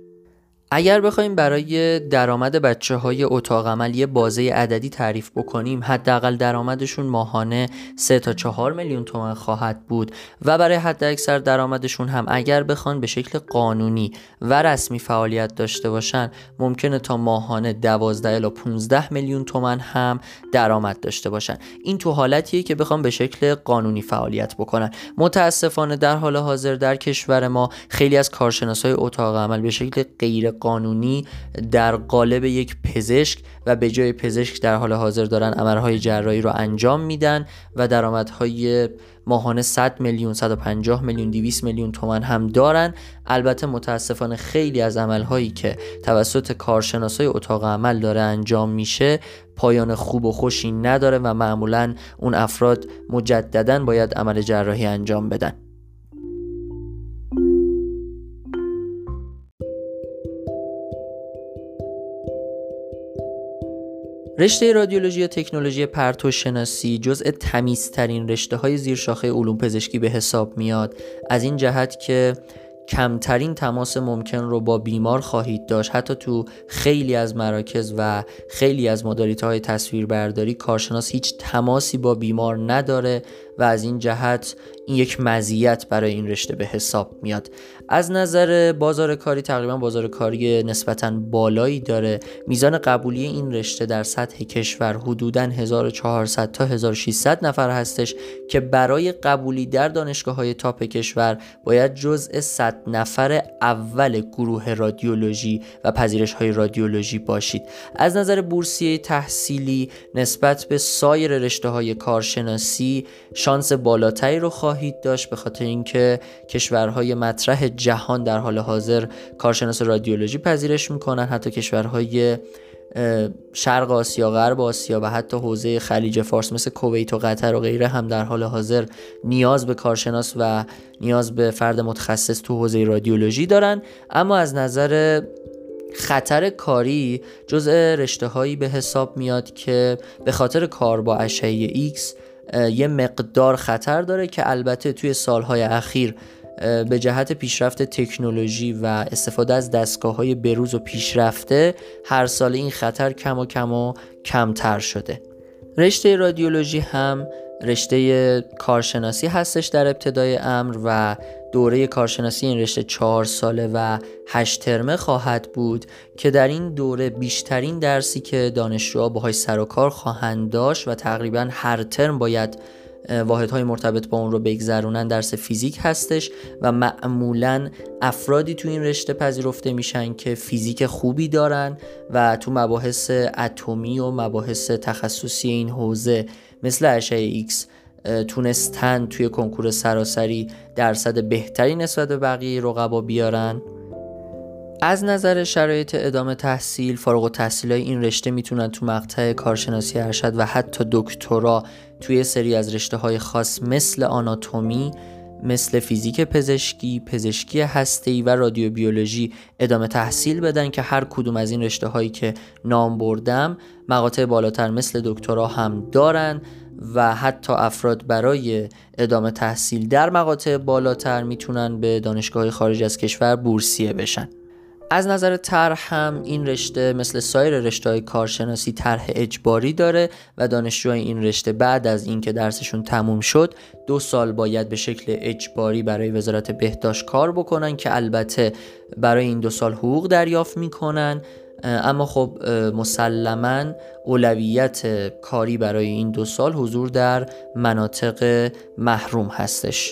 Speaker 1: اگر بخوایم برای درآمد بچه‌های اتاق عمل یه بازه عددی تعریف بکنیم، حداقل درآمدشون ماهانه سه تا چهار میلیون تومان خواهد بود و برای حداکثر درآمدشون هم اگر بخوان به شکل قانونی و رسمی فعالیت داشته باشن ممکنه تا ماهانه دوازده الی پانزده میلیون تومان هم درآمد داشته باشن. این تو حالتیه که بخوان به شکل قانونی فعالیت بکنن. متاسفانه در حال حاضر در کشور ما خیلی از کارشناسای اتاق عمل به شکل غیر قانونی در قالب یک پزشک و به جای پزشک در حال حاضر دارن عملهای جراحی رو انجام میدن و درآمدهای ماهانه صد میلیون، صد و پنجاه میلیون، دویست میلیون تومان هم دارن. البته متاسفانه خیلی از عملهایی که توسط کارشناسای اتاق عمل داره انجام میشه پایان خوب و خوشی نداره و معمولاً اون افراد مجدداً باید عمل جراحی انجام بدن. رشته رادیولوژی و تکنولوژی پرتوشناسی جزء تمیزترین رشته‌های زیرشاخه علوم پزشکی به حساب میاد، از این جهت که کمترین تماس ممکن رو با بیمار خواهید داشت. حتی تو خیلی از مراکز و خیلی از مداریت‌های تصویربرداری کارشناس هیچ تماسی با بیمار نداره و از این جهت این یک مزیت برای این رشته به حساب میاد. از نظر بازار کاری تقریبا بازار کاری نسبتاً بالایی داره. میزان قبولی این رشته در سطح کشور حدوداً هزار و چهارصد تا هزار و ششصد نفر هستش که برای قبولی در دانشگاه‌های تاپ کشور باید جزء صد نفر اول گروه رادیولوژی و پذیرش‌های رادیولوژی باشید. از نظر بورسیه تحصیلی نسبت به سایر رشته‌های کارشناسی شانس بالاتری رو خواهید داشت، به خاطر اینکه کشورهای مطرح جهان در حال حاضر کارشناس رادیولوژی پذیرش میکنن. حتی کشورهای شرق آسیا، غرب آسیا و حتی حوزه خلیج فارس مثل کویت و قطر و غیره هم در حال حاضر نیاز به کارشناس و نیاز به فرد متخصص تو حوزه رادیولوژی دارن. اما از نظر خطر کاری جزء رشته‌هایی به حساب میاد که به خاطر کار با اشعه ایکس یه مقدار خطر داره که البته توی سالهای اخیر به جهت پیشرفت تکنولوژی و استفاده از دستگاه‌های بروز و پیشرفته هر سال این خطر کم و کم و کمتر شده. رشته رادیولوژی هم رشته کارشناسی هستش در ابتدای امر و دوره کارشناسی این رشته چهار ساله و هشت ترمه خواهد بود که در این دوره بیشترین درسی که دانشجوها باهاش سر و کار خواهند داشت و تقریبا هر ترم باید واحدهای مرتبط با اون رو بگذرونن درس فیزیک هستش و معمولاً افرادی تو این رشته پذیرفته میشن که فیزیک خوبی دارن و تو مباحث اتمی و مباحث تخصصی این حوزه مثل اشعه ایکس تونستن توی کنکور سراسری درصد بهتری نسبت به بقیه رقبا بیارن. از نظر شرایط ادامه تحصیل، فارغ التحصیلای این رشته میتونن تو مقطع کارشناسی ارشد و حتی دکترا توی سری از رشته‌های خاص مثل آناتومی، مثل فیزیک پزشکی، پزشکی هسته‌ای و رادیوبیولوژی ادامه تحصیل بدن که هر کدوم از این رشته‌هایی که نام بردم مقاطع بالاتر مثل دکترا هم دارن و حتی افراد برای ادامه تحصیل در مقاطع بالاتر میتونن به دانشگاه خارج از کشور بورسیه بشن. از نظر طرح هم این رشته مثل سایر رشته‌های کارشناسی طرح اجباری داره و دانشجوهای این رشته بعد از اینکه درسشون تموم شد دو سال باید به شکل اجباری برای وزارت بهداشت کار بکنن که البته برای این دو سال حقوق دریافت میکنن، اما خب مسلماً اولویت کاری برای این دو سال حضور در مناطق محروم هستش.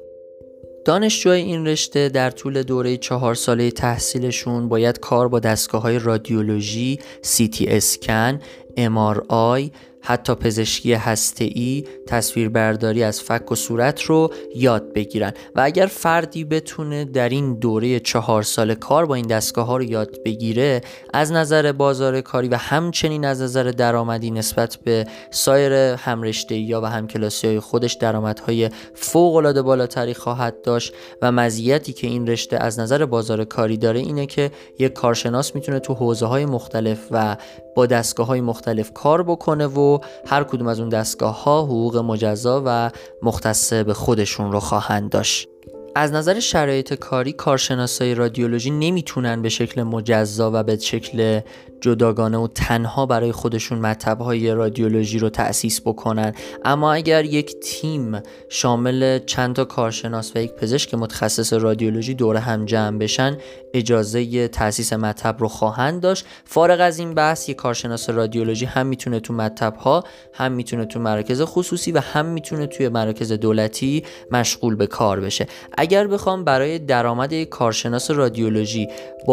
Speaker 1: دانشجوهای این رشته در طول دوره چهار ساله تحصیلشون باید کار با دستگاه‌های رادیولوژی، سی تی اسکن، ام آر آی، حتی پزشکی هسته‌ای، تصویربرداری از فک و صورت رو یاد بگیرن و اگر فردی بتونه در این دوره چهار ساله کار با این دستگاه ها رو یاد بگیره، از نظر بازار کاری و همچنین از نظر درآمدی نسبت به سایر همرشته‌ای‌ها و همکلاسی‌های خودش درآمدهای فوق‌العاده بالاتری خواهد داشت و مزیتی که این رشته از نظر بازار کاری داره اینه که یک کارشناس میتونه تو حوزه‌های مختلف و با دستگاه‌های مختلف کار بکنه و هر کدوم از اون دستگاه‌ها حقوق مجزا و مختص به خودشون رو خواهند داشت. از نظر شرایط کاری کارشناسای رادیولوژی نمیتونن به شکل مجزا و به شکل جداگانه و تنها برای خودشون مطب‌های رادیولوژی رو تأسیس بکنن، اما اگر یک تیم شامل چند تا کارشناس و یک پزشک متخصص رادیولوژی دور هم جمع بشن اجازه تأسیس مطب رو خواهند داشت. فارغ از این بحث یک کارشناس رادیولوژی هم میتونه تو مطب‌ها، هم میتونه تو مراکز خصوصی و هم میتونه توی مراکز دولتی مشغول به کار بشه. اگر بخوام برای درآمد یک کارشناس رادیولوژی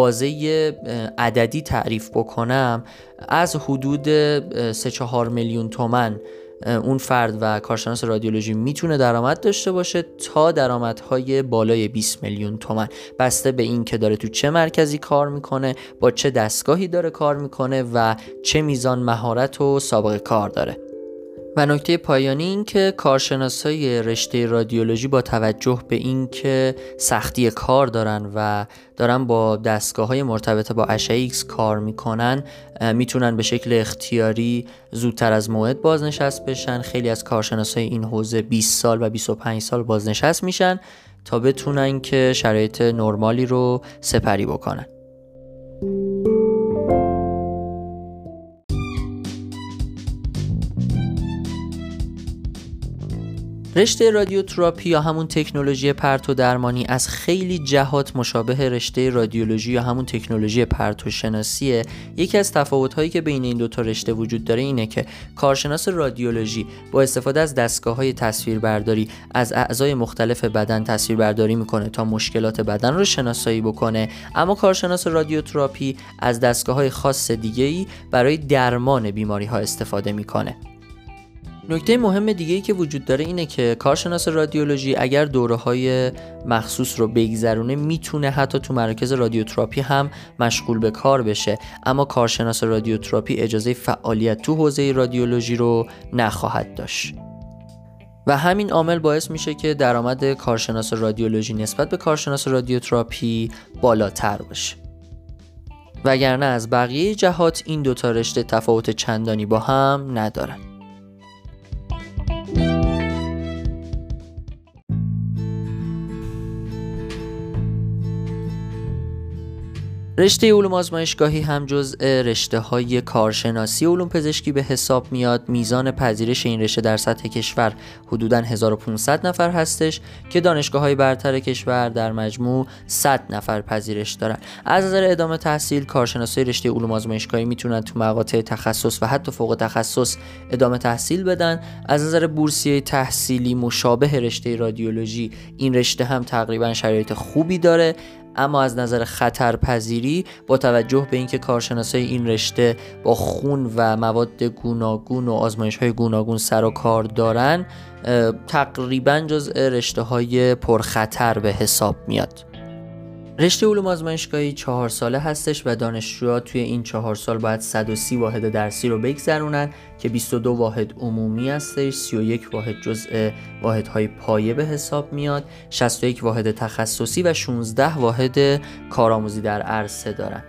Speaker 1: بازه عددی تعریف بکنم، از حدود سه چهار میلیون تومان اون فرد و کارشناس رادیولوژی میتونه درآمد داشته باشه تا درآمدهای بالای بیست میلیون تومان، بسته به این که داره تو چه مرکزی کار میکنه، با چه دستگاهی داره کار میکنه و چه میزان مهارت و سابقه کار داره. و نکته پایانی این که کارشناسای رشته رادیولوژی با توجه به این که سختی کار دارن و دارن با دستگاه‌های مرتبط با اشعه ایکس کار میکنن، میتونن به شکل اختیاری زودتر از موعد بازنشست بشن. خیلی از کارشناسای این حوزه بیست سال و بیست و پنج سال بازنشست میشن تا بتونن که شرایط نرمالی رو سپری بکنن. رشته رادیوتراپی یا همون تکنولوژی پرتو درمانی از خیلی جهات مشابه رشته رادیولوژی یا همون تکنولوژی پرتو شناسیه. یکی از تفاوت‌هایی که بین این دو تا رشته وجود داره اینه که کارشناس رادیولوژی با استفاده از دستگاه‌های تصویربرداری از اعضای مختلف بدن تصویربرداری میکنه تا مشکلات بدن رو شناسایی بکنه، اما کارشناس رادیوتراپی از دستگاه‌های خاص دیگه‌ای برای درمان بیماری‌ها استفاده میکنه. نکته مهم دیگه‌ای که وجود داره اینه که کارشناس رادیولوژی اگر دوره‌های مخصوص رو بگذرونه میتونه حتی تو مراکز رادیوتراپی هم مشغول به کار بشه، اما کارشناس رادیوتراپی اجازه فعالیت تو حوزه رادیولوژی رو نخواهد داشت و همین عامل باعث میشه که درآمد کارشناس رادیولوژی نسبت به کارشناس رادیوتراپی بالاتر باشه. وگرنه از بقیه جهات این دو تا رشته تفاوت چندانی با هم ندارن. رشته علوم آزمایشگاهی هم جزء رشته‌های کارشناسی علوم پزشکی به حساب میاد. میزان پذیرش این رشته در سطح کشور حدوداً هزار و پانصد نفر هستش که دانشگاه‌های برتر کشور در مجموع صد نفر پذیرش دارن. از نظر ادامه تحصیل کارشناسای رشته علوم آزمایشگاهی میتونن تو مقاطع تخصص و حتی فوق تخصص ادامه تحصیل بدن. از نظر بورسیه تحصیلی مشابه رشته رادیولوژی این رشته هم تقریباً شرایط خوبی داره، اما از نظر خطرپذیری با توجه به اینکه کارشناسای این رشته با خون و مواد گوناگون و آزمایش‌های گوناگون سر و کار دارن، تقریباً جزء رشته‌های پرخطر به حساب میاد. رشته علوم آزمایشگاهی چهار ساله هستش و دانشجوها توی این چهار سال باید صد و سی واحد درسی رو بگذرونن که بیست و دو واحد عمومی هستش، سی و یک واحد جزء واحدهای پایه به حساب میاد، شصت و یک واحد تخصصی و شانزده واحد کارآموزی در عرصه دارن.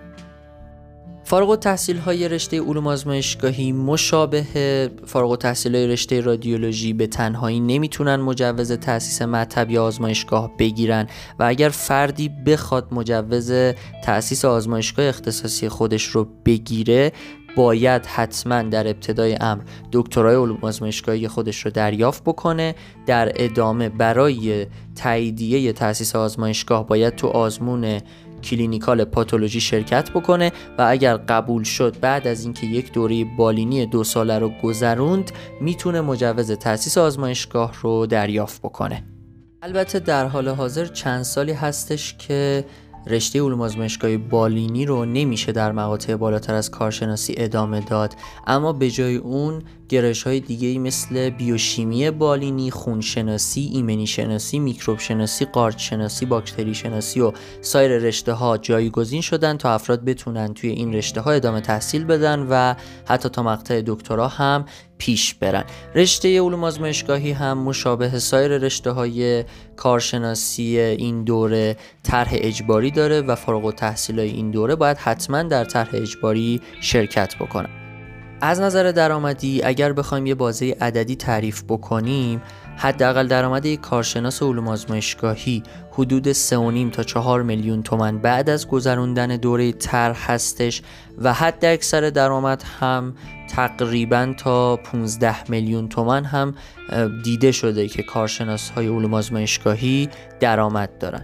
Speaker 1: فارغ التحصیل‌های رشته علوم آزمایشگاهی مشابه فارغ التحصیل‌های رشته رادیولوژی به تنهایی نمیتونن مجوز تأسیس مطب یا آزمایشگاه بگیرن و اگر فردی بخواد مجوز تأسیس آزمایشگاه اختصاصی خودش رو بگیره، باید حتما در ابتدای امر دکترای علوم آزمایشگاهی خودش رو دریافت بکنه. در ادامه برای تاییدیه تأسیس آزمایشگاه باید تو آزمون کلینیکال پاتولوژی شرکت بکنه و اگر قبول شد بعد از اینکه یک دوره بالینی دو ساله رو گذروند میتونه مجوز تأسیس آزمایشگاه رو دریافت بکنه. البته در حال حاضر چند سالی هستش که رشته علوم آزمایشگاهی بالینی رو نمیشه در مقاطع بالاتر از کارشناسی ادامه داد، اما به جای اون گرایش‌های دیگه‌ای مثل بیوشیمی بالینی، خونشناسی، ایمنی شناسی، میکروب شناسی، قارچ شناسی، باکتری شناسی و سایر رشته‌ها جایگزین شدن تا افراد بتونن توی این رشته‌ها ادامه تحصیل بدن و حتی تا مقطع دکترا هم پیش برن. رشته علوم آزمایشگاهی هم مشابه سایر رشته‌های کارشناسی این دوره طرح اجباری داره و فارغ التحصیلای این دوره باید حتما در طرح اجباری شرکت بکنن. از نظر درآمدی اگر بخوایم یه بازه عددی تعریف بکنیم، حداقل درآمد یک کارشناس علوم آزمایشگاهی حدود سه و نیم تا چهار میلیون تومان بعد از گذراندن دوره طرح هستش و حد اکثر درآمد هم تقریبا تا پانزده میلیون تومان هم دیده شده که کارشناس‌های علوم آزمایشگاهی درآمد دارن.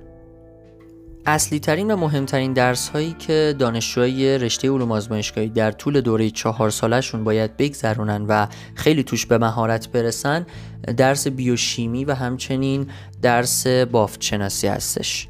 Speaker 1: اصلی ترین و مهمترین درس هایی که دانشجوهای رشته علوم آزمایشگاهی در طول دوره چهار سالشون باید بگذرونن و خیلی توش به مهارت برسن، درس بیوشیمی و همچنین درس بافت شناسی هستش.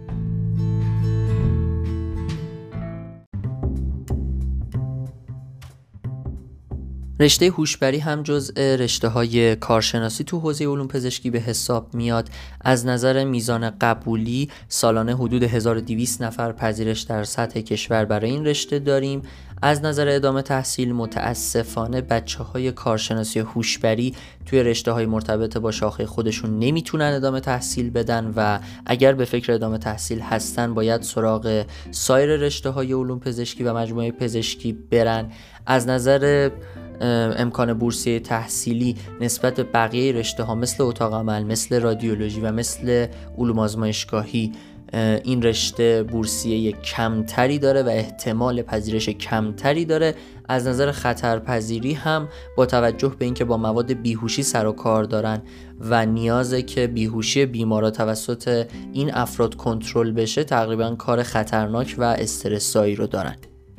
Speaker 1: رشته هوشبری هم جزء رشته‌های کارشناسی تو حوزه علوم پزشکی به حساب میاد. از نظر میزان قبولی سالانه حدود هزار و دویست نفر پذیرش در سطح کشور برای این رشته داریم. از نظر ادامه تحصیل متاسفانه بچه‌های کارشناسی هوشبری توی رشته‌های مرتبط با شاخه خودشون نمیتونن ادامه تحصیل بدن و اگر به فکر ادامه تحصیل هستن باید سراغ سایر رشته‌های علوم پزشکی و مجموعه پزشکی برن. از نظر امکان بورسیه تحصیلی نسبت به بقیه رشته ها مثل اتاق عمل، مثل رادیولوژی و مثل علوم آزمایشگاهی این رشته بورسیه کمتری داره و احتمال پذیرش کمتری داره. از نظر خطرپذیری هم با توجه به اینکه با مواد بیهوشی سر و کار دارن و نیازه که بیهوشی بیمارا توسط این افراد کنترل بشه، تقریبا کار خطرناک و استرسایی رو دارن.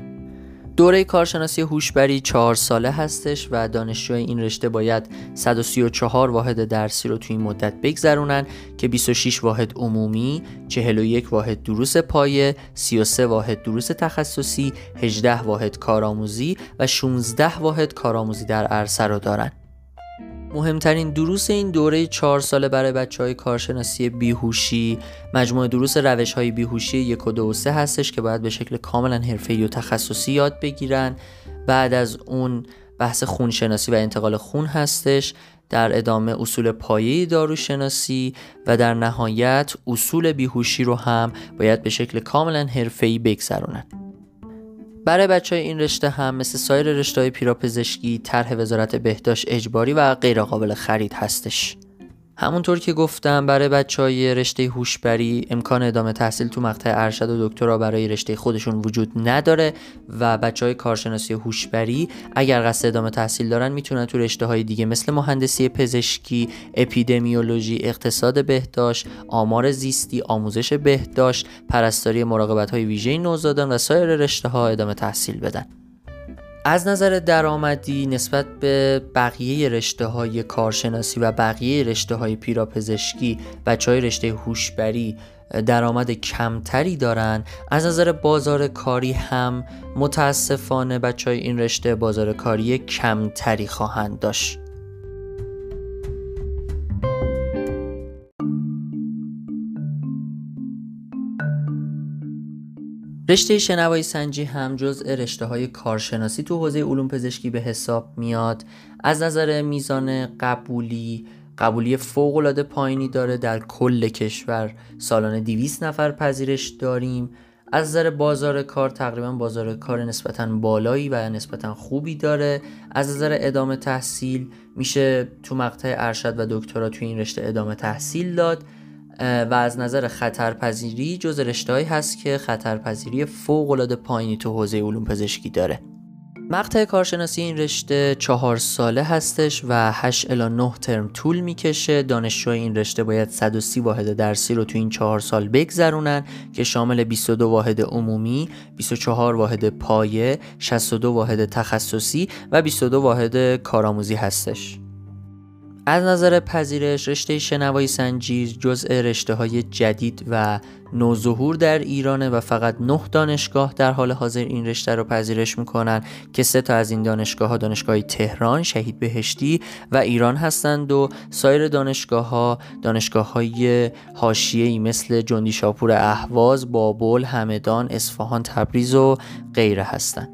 Speaker 1: دوره کارشناسی هوشبری چهار ساله هستش و دانشجوی این رشته باید صد و سی و چهار واحد درسی رو توی این مدت بگذرونن که بیست و شش واحد عمومی، چهل و یک واحد دروس پایه، سی و سه واحد دروس تخصصی، هجده واحد کارآموزی و شانزده واحد کارآموزی در عرصه رو دارن. مهمترین دروس این دوره چهار ساله برای بچه‌های کارشناسی بیهوشی مجموعه دروس روش‌های بیهوشی یک و دو و سه هستش که باید به شکل کاملا حرفه‌ای و تخصصی یاد بگیرن. بعد از اون بحث خونشناسی و انتقال خون هستش، در ادامه اصول پایه‌ای داروشناسی و در نهایت اصول بیهوشی رو هم باید به شکل کاملا حرفه‌ای بگذرونن. برای بچهای این رشته هم مثل سایر رشته‌های پیراپزشکی طرح وزارت بهداشت اجباری و غیر قابل خرید هستش. همونطور که گفتم برای بچهای رشته هوشبری امکان ادامه تحصیل تو مقطع ارشد و دکترا برای رشته خودشون وجود نداره و بچهای کارشناسی هوشبری اگر قصد ادامه تحصیل دارن میتونن تو رشته‌های دیگه مثل مهندسی پزشکی، اپیدمیولوژی، اقتصاد بهداشت، آمار زیستی، آموزش بهداشت، پرستاری مراقبت‌های ویژه نوزادان و سایر رشته‌ها ادامه تحصیل بدن. از نظر درآمدی نسبت به بقیه رشته‌های کارشناسی و بقیه رشته‌های پیراپزشکی بچه‌های رشته هوشبری درآمد کمتری دارن. از نظر بازار کاری هم متاسفانه بچه‌های این رشته بازار کاری کمتری خواهند داشت. رشته شنوایی سنجی هم جزء رشته‌های کارشناسی تو حوزه علوم پزشکی به حساب میاد. از نظر میزان قبولی قبولی فوق‌العاده پایینی داره، در کل کشور سالانه دویست نفر پذیرش داریم. از نظر بازار کار تقریبا بازار کار نسبتاً بالایی و نسبتاً خوبی داره. از نظر ادامه تحصیل میشه تو مقطع ارشد و دکترا تو این رشته ادامه تحصیل داد و از نظر خطرپذیری جز رشته‌هایی هست که خطرپذیری فوق‌العاده پایینی تو حوزه علوم پزشکی داره. مقطع کارشناسی این رشته چهار ساله هستش و هشت الی نه ترم طول میکشه. دانشجوی این رشته باید صد و سی واحد درسی رو تو این چهار سال بگذرونن که شامل بیست و دو واحد عمومی، بیست و چهار واحد پایه، شصت و دو واحد تخصصی و بیست و دو واحد کارآموزی هستش. از نظر پذیرش رشته شنوایی سنجی جزء رشته‌های جدید و نوظهور در ایرانه و فقط نه دانشگاه در حال حاضر این رشته رو پذیرش میکنن که سه تا از این دانشگاه‌ها دانشگاه تهران، شهید بهشتی و ایران هستند و سایر دانشگاه‌ها دانشگاه‌های حاشیه‌ای مثل جندی شاپور اهواز، بابل، همدان، اصفهان، تبریز و غیره هستند.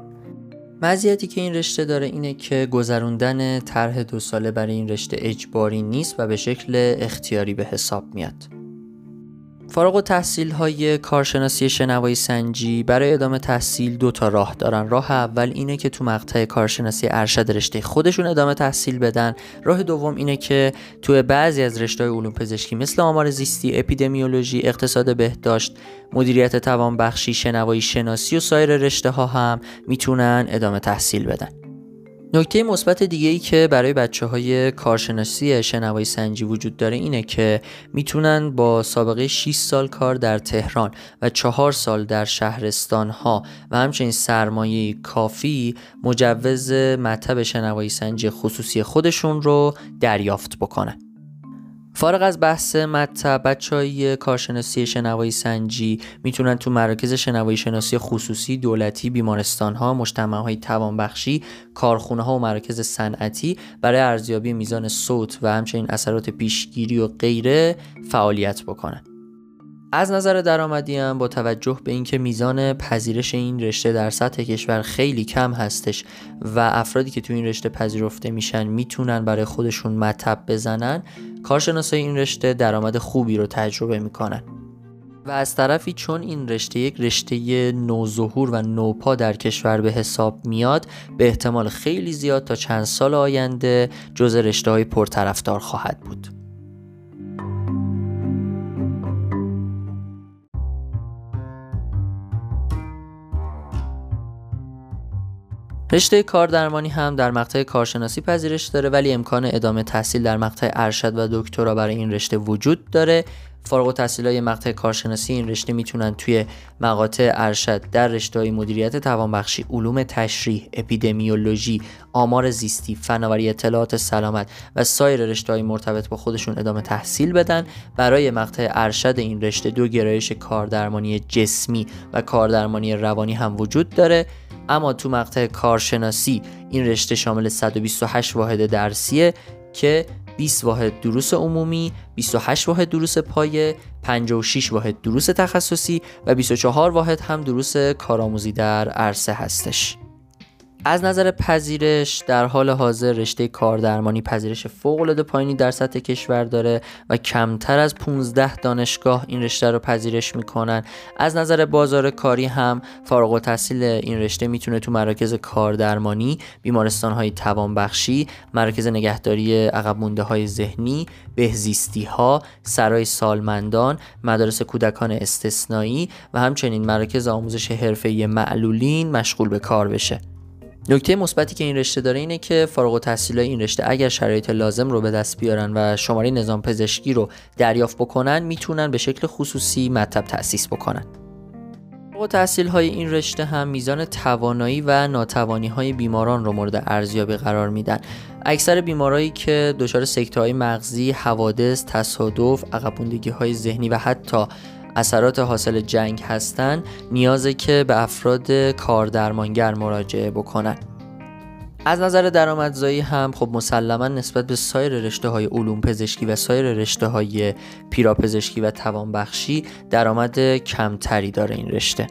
Speaker 1: مزیتی که این رشته داره اینه که گذروندن طرح دو ساله برای این رشته اجباری نیست و به شکل اختیاری به حساب میاد. فارغ التحصیل های کارشناسی شنوایی سنجی برای ادامه تحصیل دو تا راه دارن. راه اول اینه که تو مقطع کارشناسی ارشد رشته خودشون ادامه تحصیل بدن. راه دوم اینه که تو بعضی از رشته‌های علوم پزشکی مثل آمار زیستی، اپیدمیولوژی، اقتصاد بهداشت، مدیریت توانبخشی، شنوایی شناسی و سایر رشته‌ها هم میتونن ادامه تحصیل بدن. نکته مثبت دیگه‌ای که برای بچه‌های کارشناسی شنوایی سنجی وجود داره اینه که میتونن با سابقه شش سال کار در تهران و چهار سال در شهرستان‌ها و همچنین سرمایه کافی مجوز مطب شنوایی سنجی خصوصی خودشون رو دریافت بکنن. فارغ از بحث مطب، بچه‌های کارشناسی شنوایی سنجی میتونن تو مراکز شنوایی شناسی خصوصی، دولتی، بیمارستان‌ها، مجتمع‌های توانبخشی، کارخونه‌ها و مراکز صنعتی برای ارزیابی میزان صوت و همچنین اثرات پیشگیری و غیره فعالیت بکنن. از نظر درآمدی هم با توجه به اینکه میزان پذیرش این رشته در سطح کشور خیلی کم هستش و افرادی که تو این رشته پذیرفته میشن میتونن برای خودشون مطب بزنن، کارشناسای این رشته درآمد خوبی رو تجربه میکنن. و از طرفی چون این رشته یک رشته نوظهور و نوپا در کشور به حساب میاد، به احتمال خیلی زیاد تا چند سال آینده جزو رشته‌های پرطرفدار خواهد بود. رشته کاردرمانی هم در مقطع کارشناسی پذیرش داره، ولی امکان ادامه تحصیل در مقطع ارشد و دکترا برای این رشته وجود داره. فارغ التحصیلای مقطع کارشناسی این رشته میتونن توی مقاطع ارشد در رشته‌های مدیریت توانبخشی، علوم تشریح، اپیدمیولوژی، آمار زیستی، فناوری اطلاعات سلامت و سایر رشته‌های مرتبط با خودشون ادامه تحصیل بدن. برای مقطع ارشد این رشته دو گرایش کاردرمانی جسمی و کاردرمانی روانی هم وجود داره. اما تو مقطع کارشناسی این رشته شامل صد و بیست و هشت واحد درسیه که بیست واحد دروس عمومی، بیست و هشت واحد دروس پایه، پنجاه و شش واحد دروس تخصصی و بیست و چهار واحد هم دروس کارآموزی در عرصه هستش. از نظر پذیرش در حال حاضر رشته کاردرمانی پذیرش فوق‌العاده پایینی در سطح کشور داره و کمتر از پانزده دانشگاه این رشته رو پذیرش میکنن. از نظر بازار کاری هم فارغ التحصیل این رشته میتونه تو مراکز کاردرمانی، بیمارستان‌های توانبخشی، مراکز نگهداری عقب مونده‌های ذهنی، بهزیستی‌ها، سرای سالمندان، مدارس کودکان استثنایی و همچنین مراکز آموزش حرفه‌ای معلولین مشغول به کار بشه. نکته مثبتی که این رشته داره اینه که فارغ التحصیلای این رشته اگر شرایط لازم رو به دست بیارن و شماره نظام پزشکی رو دریافت بکنن، میتونن به شکل خصوصی مطب تأسیس بکنن. فارغ التحصیل‌های این رشته هم میزان توانایی و ناتوانی‌های بیماران رو مورد ارزیابی قرار میدن. اکثر بیمارایی که دچار سکته‌های مغزی، حوادث، تصادف، عقب موندگی‌های ذهنی و حتی اثرات حاصل جنگ هستن، نیازه که به افراد کاردرمانگر مراجعه بکنن. از نظر درآمدزایی هم خب مسلماً نسبت به سایر رشته‌های علوم پزشکی و سایر رشته‌های پیراپزشکی و توانبخشی درآمد کمتری داره این رشته.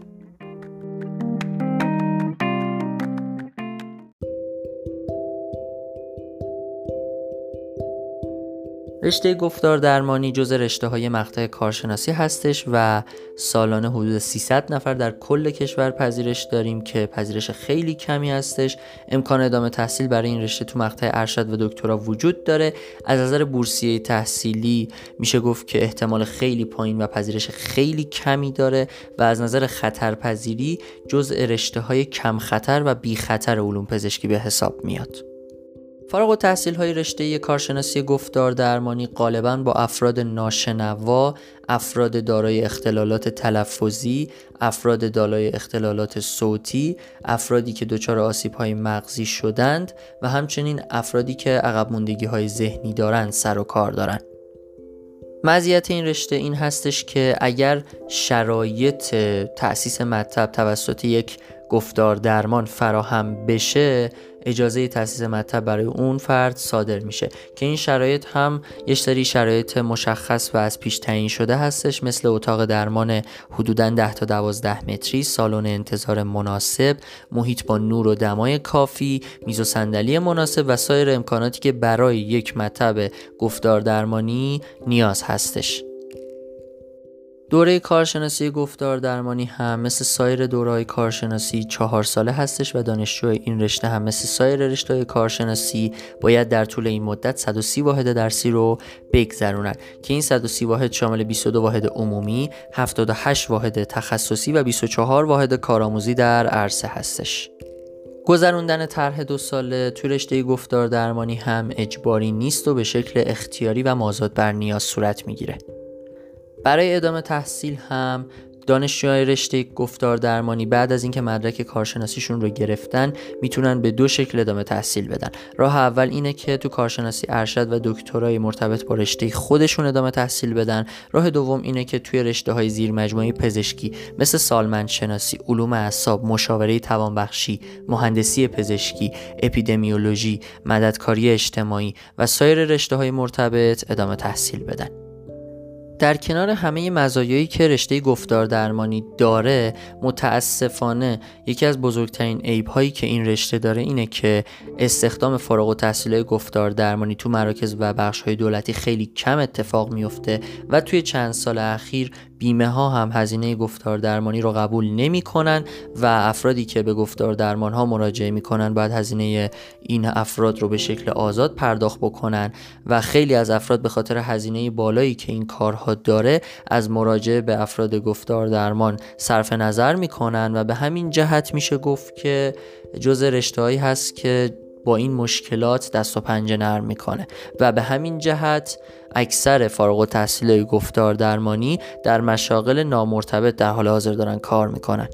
Speaker 1: رشته گفتار درمانی جزء رشته‌های مقطع کارشناسی هستش و سالانه حدود سیصد نفر در کل کشور پذیرش داریم که پذیرش خیلی کمی هستش. امکان ادامه تحصیل برای این رشته تو مقطع ارشد و دکترا وجود داره. از نظر بورسیه تحصیلی میشه گفت که احتمال خیلی پایین و پذیرش خیلی کمی داره و از نظر خطرپذیری جزء رشته‌های کم خطر و بی خطر علوم پزشکی به حساب میاد. فارغ التحصیل‌های رشته کارشناسی گفتار درمانی غالباً با افراد ناشنوا، افراد دارای اختلالات تلفظی، افراد دارای اختلالات صوتی، افرادی که دچار آسیب‌های مغزی شدند و همچنین افرادی که عقب موندگی‌های ذهنی دارند سر و کار دارند. مزیت این رشته این هستش که اگر شرایط تأسیس مطب توسط یک گفتار درمان فراهم بشه، اجازه تأسیس مطب برای اون فرد صادر میشه که این شرایط هم یک سری شرایط مشخص و از پیش تعیین شده هستش، مثل اتاق درمان حدوداً ده تا دوازده متری، سالن انتظار مناسب، محیط با نور و دمای کافی، میز و صندلی مناسب و سایر امکاناتی که برای یک مطب گفتار درمانی نیاز هستش. دوره کارشناسی گفتار درمانی هم مثل سایر دوره‌های کارشناسی چهار ساله هستش و دانشجوی این رشته هم مثل سایر رشته‌های کارشناسی باید در طول این مدت صد و سی واحد درسی رو بگذرونن که این صد و سی واحد شامل بیست و دو واحد عمومی، هفتاد و هشت واحد تخصصی و بیست و چهار واحد کارآموزی در عرصه هستش. گذروندن طرح دو ساله توی رشته گفتار درمانی هم اجباری نیست و به شکل اختیاری و مازاد بر نیاز صورت میگیره. برای ادامه تحصیل هم دانشجوهای رشته گفتار درمانی بعد از اینکه مدرک کارشناسیشون رو گرفتن میتونن به دو شکل ادامه تحصیل بدن. راه اول اینه که تو کارشناسی ارشد و دکترای مرتبط با رشته خودشون ادامه تحصیل بدن. راه دوم اینه که توی رشته‌های زیر مجموعه پزشکی مثل سالمندشناسی، علوم اعصاب، مشاوره توانبخشی، مهندسی پزشکی، اپیدمیولوژی، مددکاری اجتماعی و سایر رشته‌های مرتبط ادامه تحصیل بدن. در کنار همه مزایایی که رشته گفتار درمانی داره، متاسفانه یکی از بزرگترین عیب‌هایی که این رشته داره اینه که استخدام فارغ التحصیلای گفتار درمانی تو مراکز و بخش‌های دولتی خیلی کم اتفاق میفته و توی چند سال اخیر بیمه ها هم هزینه گفتار درمانی رو قبول نمی کنن و افرادی که به گفتار درمان ها مراجعه می کنن باید هزینه این افراد رو به شکل آزاد پرداخت بکنن و خیلی از افراد به خاطر هزینه بالایی که این کارها داره از مراجعه به افراد گفتار درمان صرف نظر می کنن و به همین جهت میشه گفت که جزء رشته‌هایی هست که با این مشکلات دست و پنجه نرم میکنه و به همین جهت اکثر فارغ التحصیلای گفتار درمانی در مشاغل نامرتبط در حال حاضر دارن کار میکنن.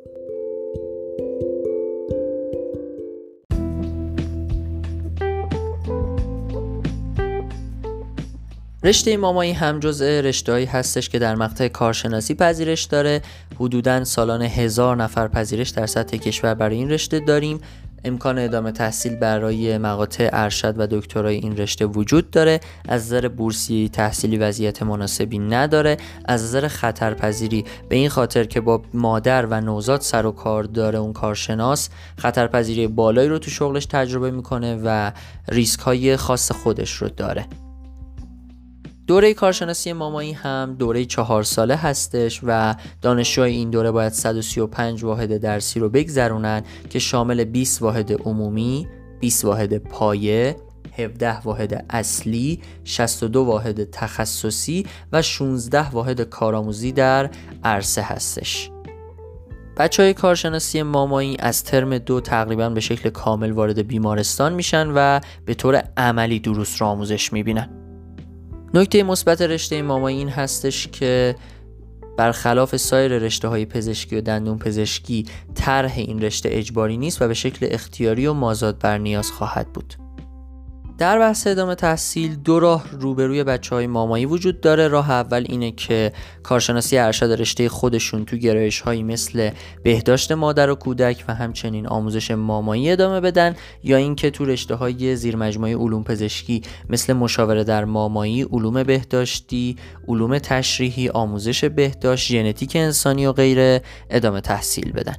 Speaker 1: رشته مامایی هم جزء رشته‌هایی هستش که در مقطع کارشناسی پذیرش داره. حدوداً سالانه هزار نفر پذیرش در سطح کشور برای این رشته داریم. امکان ادامه تحصیل برای مقاطع ارشد و دکترای این رشته وجود داره. از نظر بورسیه تحصیلی وضعیت مناسبی نداره. از نظر خطرپذیری به این خاطر که با مادر و نوزاد سر و کار داره اون کارشناس، خطرپذیری بالایی رو تو شغلش تجربه میکنه و ریسک های خاص خودش رو داره. دوره کارشناسی مامایی هم دوره چهار ساله هستش و دانشجوهای این دوره باید صد و سی و پنج واحد درسی رو بگذرونن که شامل بیست واحد عمومی، بیست واحد پایه، هفده واحد اصلی، شصت و دو واحد تخصصی و شانزده واحد کارآموزی در عرصه هستش. بچه های کارشناسی مامایی از ترم دو تقریبا به شکل کامل وارد بیمارستان میشن و به طور عملی دروس رو آموزش میبینن. نکته مثبت رشته مامایی این هستش که برخلاف سایر رشته‌های پزشکی و دندون پزشکی طرح این رشته اجباری نیست و به شکل اختیاری و مازاد بر نیاز خواهد بود. در بحث ادامه تحصیل دو راه روبروی بچه‌های مامایی وجود داره. راه اول اینه که کارشناسی ارشد رشته خودشون تو گرایش‌هایی مثل بهداشت مادر و کودک و همچنین آموزش مامایی ادامه بدن، یا اینکه تو رشته‌های زیر مجموعه علوم پزشکی مثل مشاوره در مامایی، علوم بهداشتی، علوم تشریحی، آموزش بهداشت، ژنتیک انسانی و غیره ادامه تحصیل بدن.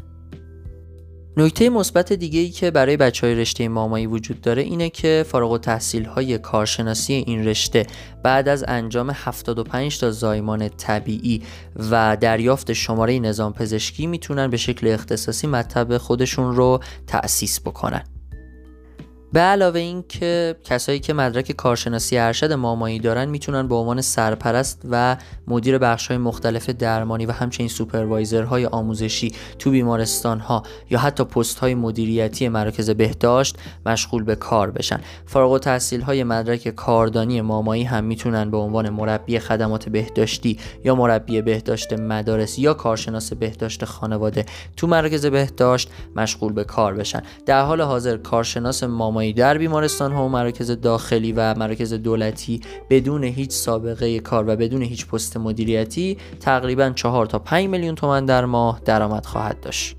Speaker 1: نکته مثبت دیگه‌ای که برای بچه‌های رشته مامایی وجود داره اینه که فارغ التحصیل‌های کارشناسی این رشته بعد از انجام هفتاد و پنج تا زایمان طبیعی و دریافت شماره نظام پزشکی میتونن به شکل اختصاصی مطب خودشون رو تأسیس بکنن. به علاوه این که کسایی که مدرک کارشناسی ارشد مامایی دارن میتونن به عنوان سرپرست و مدیر بخش‌های مختلف درمانی و همچنین سوپروایزرهای آموزشی تو بیمارستان‌ها یا حتی پست‌های مدیریتی مراکز بهداشت مشغول به کار بشن. فارغ التحصیل‌های مدرک کاردانی مامایی هم میتونن به عنوان مربی خدمات بهداشتی یا مربی بهداشت مدارس یا کارشناس بهداشت خانواده تو مراکز بهداشت مشغول به کار بشن. در حال حاضر کارشناس مامایی در بیمارستان ها و مراکز داخلی و مراکز دولتی بدون هیچ سابقه کار و بدون هیچ پست مدیریتی تقریباً چهار تا پنج میلیون تومان در ماه درآمد خواهد داشت.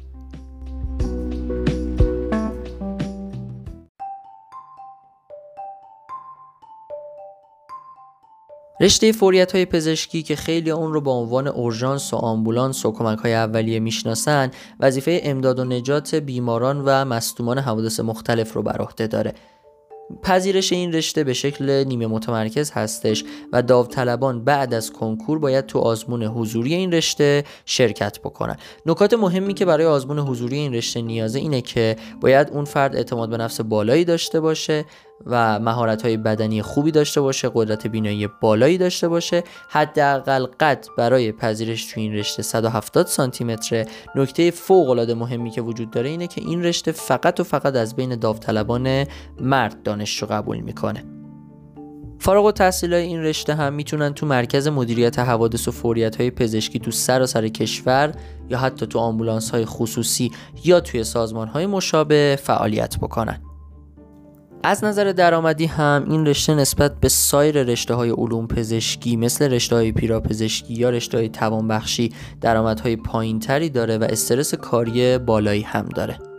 Speaker 1: رشته فوریت‌های پزشکی که خیلی اون رو با عنوان اورژانس و آمبولانس و کمک‌های اولیه میشناسن، وظیفه امداد و نجات بیماران و مصدومان حوادث مختلف رو بر عهده داره. پذیرش این رشته به شکل نیمه متمرکز هستش و داوطلبان بعد از کنکور باید تو آزمون حضوری این رشته شرکت بکنن. نکات مهمی که برای آزمون حضوری این رشته نیازه اینه که باید اون فرد اعتماد به نفس بالایی داشته باشه و مهارت‌های بدنی خوبی داشته باشه، قدرت بینایی بالایی داشته باشه. حداقل قد برای پذیرش تو این رشته صد و هفتاد سانتی متر. نکته فوق‌العاده مهمی که وجود داره اینه که این رشته فقط و فقط از بین داوطلبان مرد دانشجو قبول میکنه. فارغ التحصیلای این رشته هم میتونن تو مرکز مدیریت حوادث و فوریت‌های پزشکی تو سراسر کشور یا حتی تو آمبولانس‌های خصوصی یا توی سازمان‌های مشابه فعالیت بکنن. از نظر درآمدی هم این رشته نسبت به سایر رشته‌های علوم پزشکی مثل رشته‌های پیراپزشکی یا رشته‌های توانبخشی درآمدهای پایین‌تری داره و استرس کاری بالایی هم داره.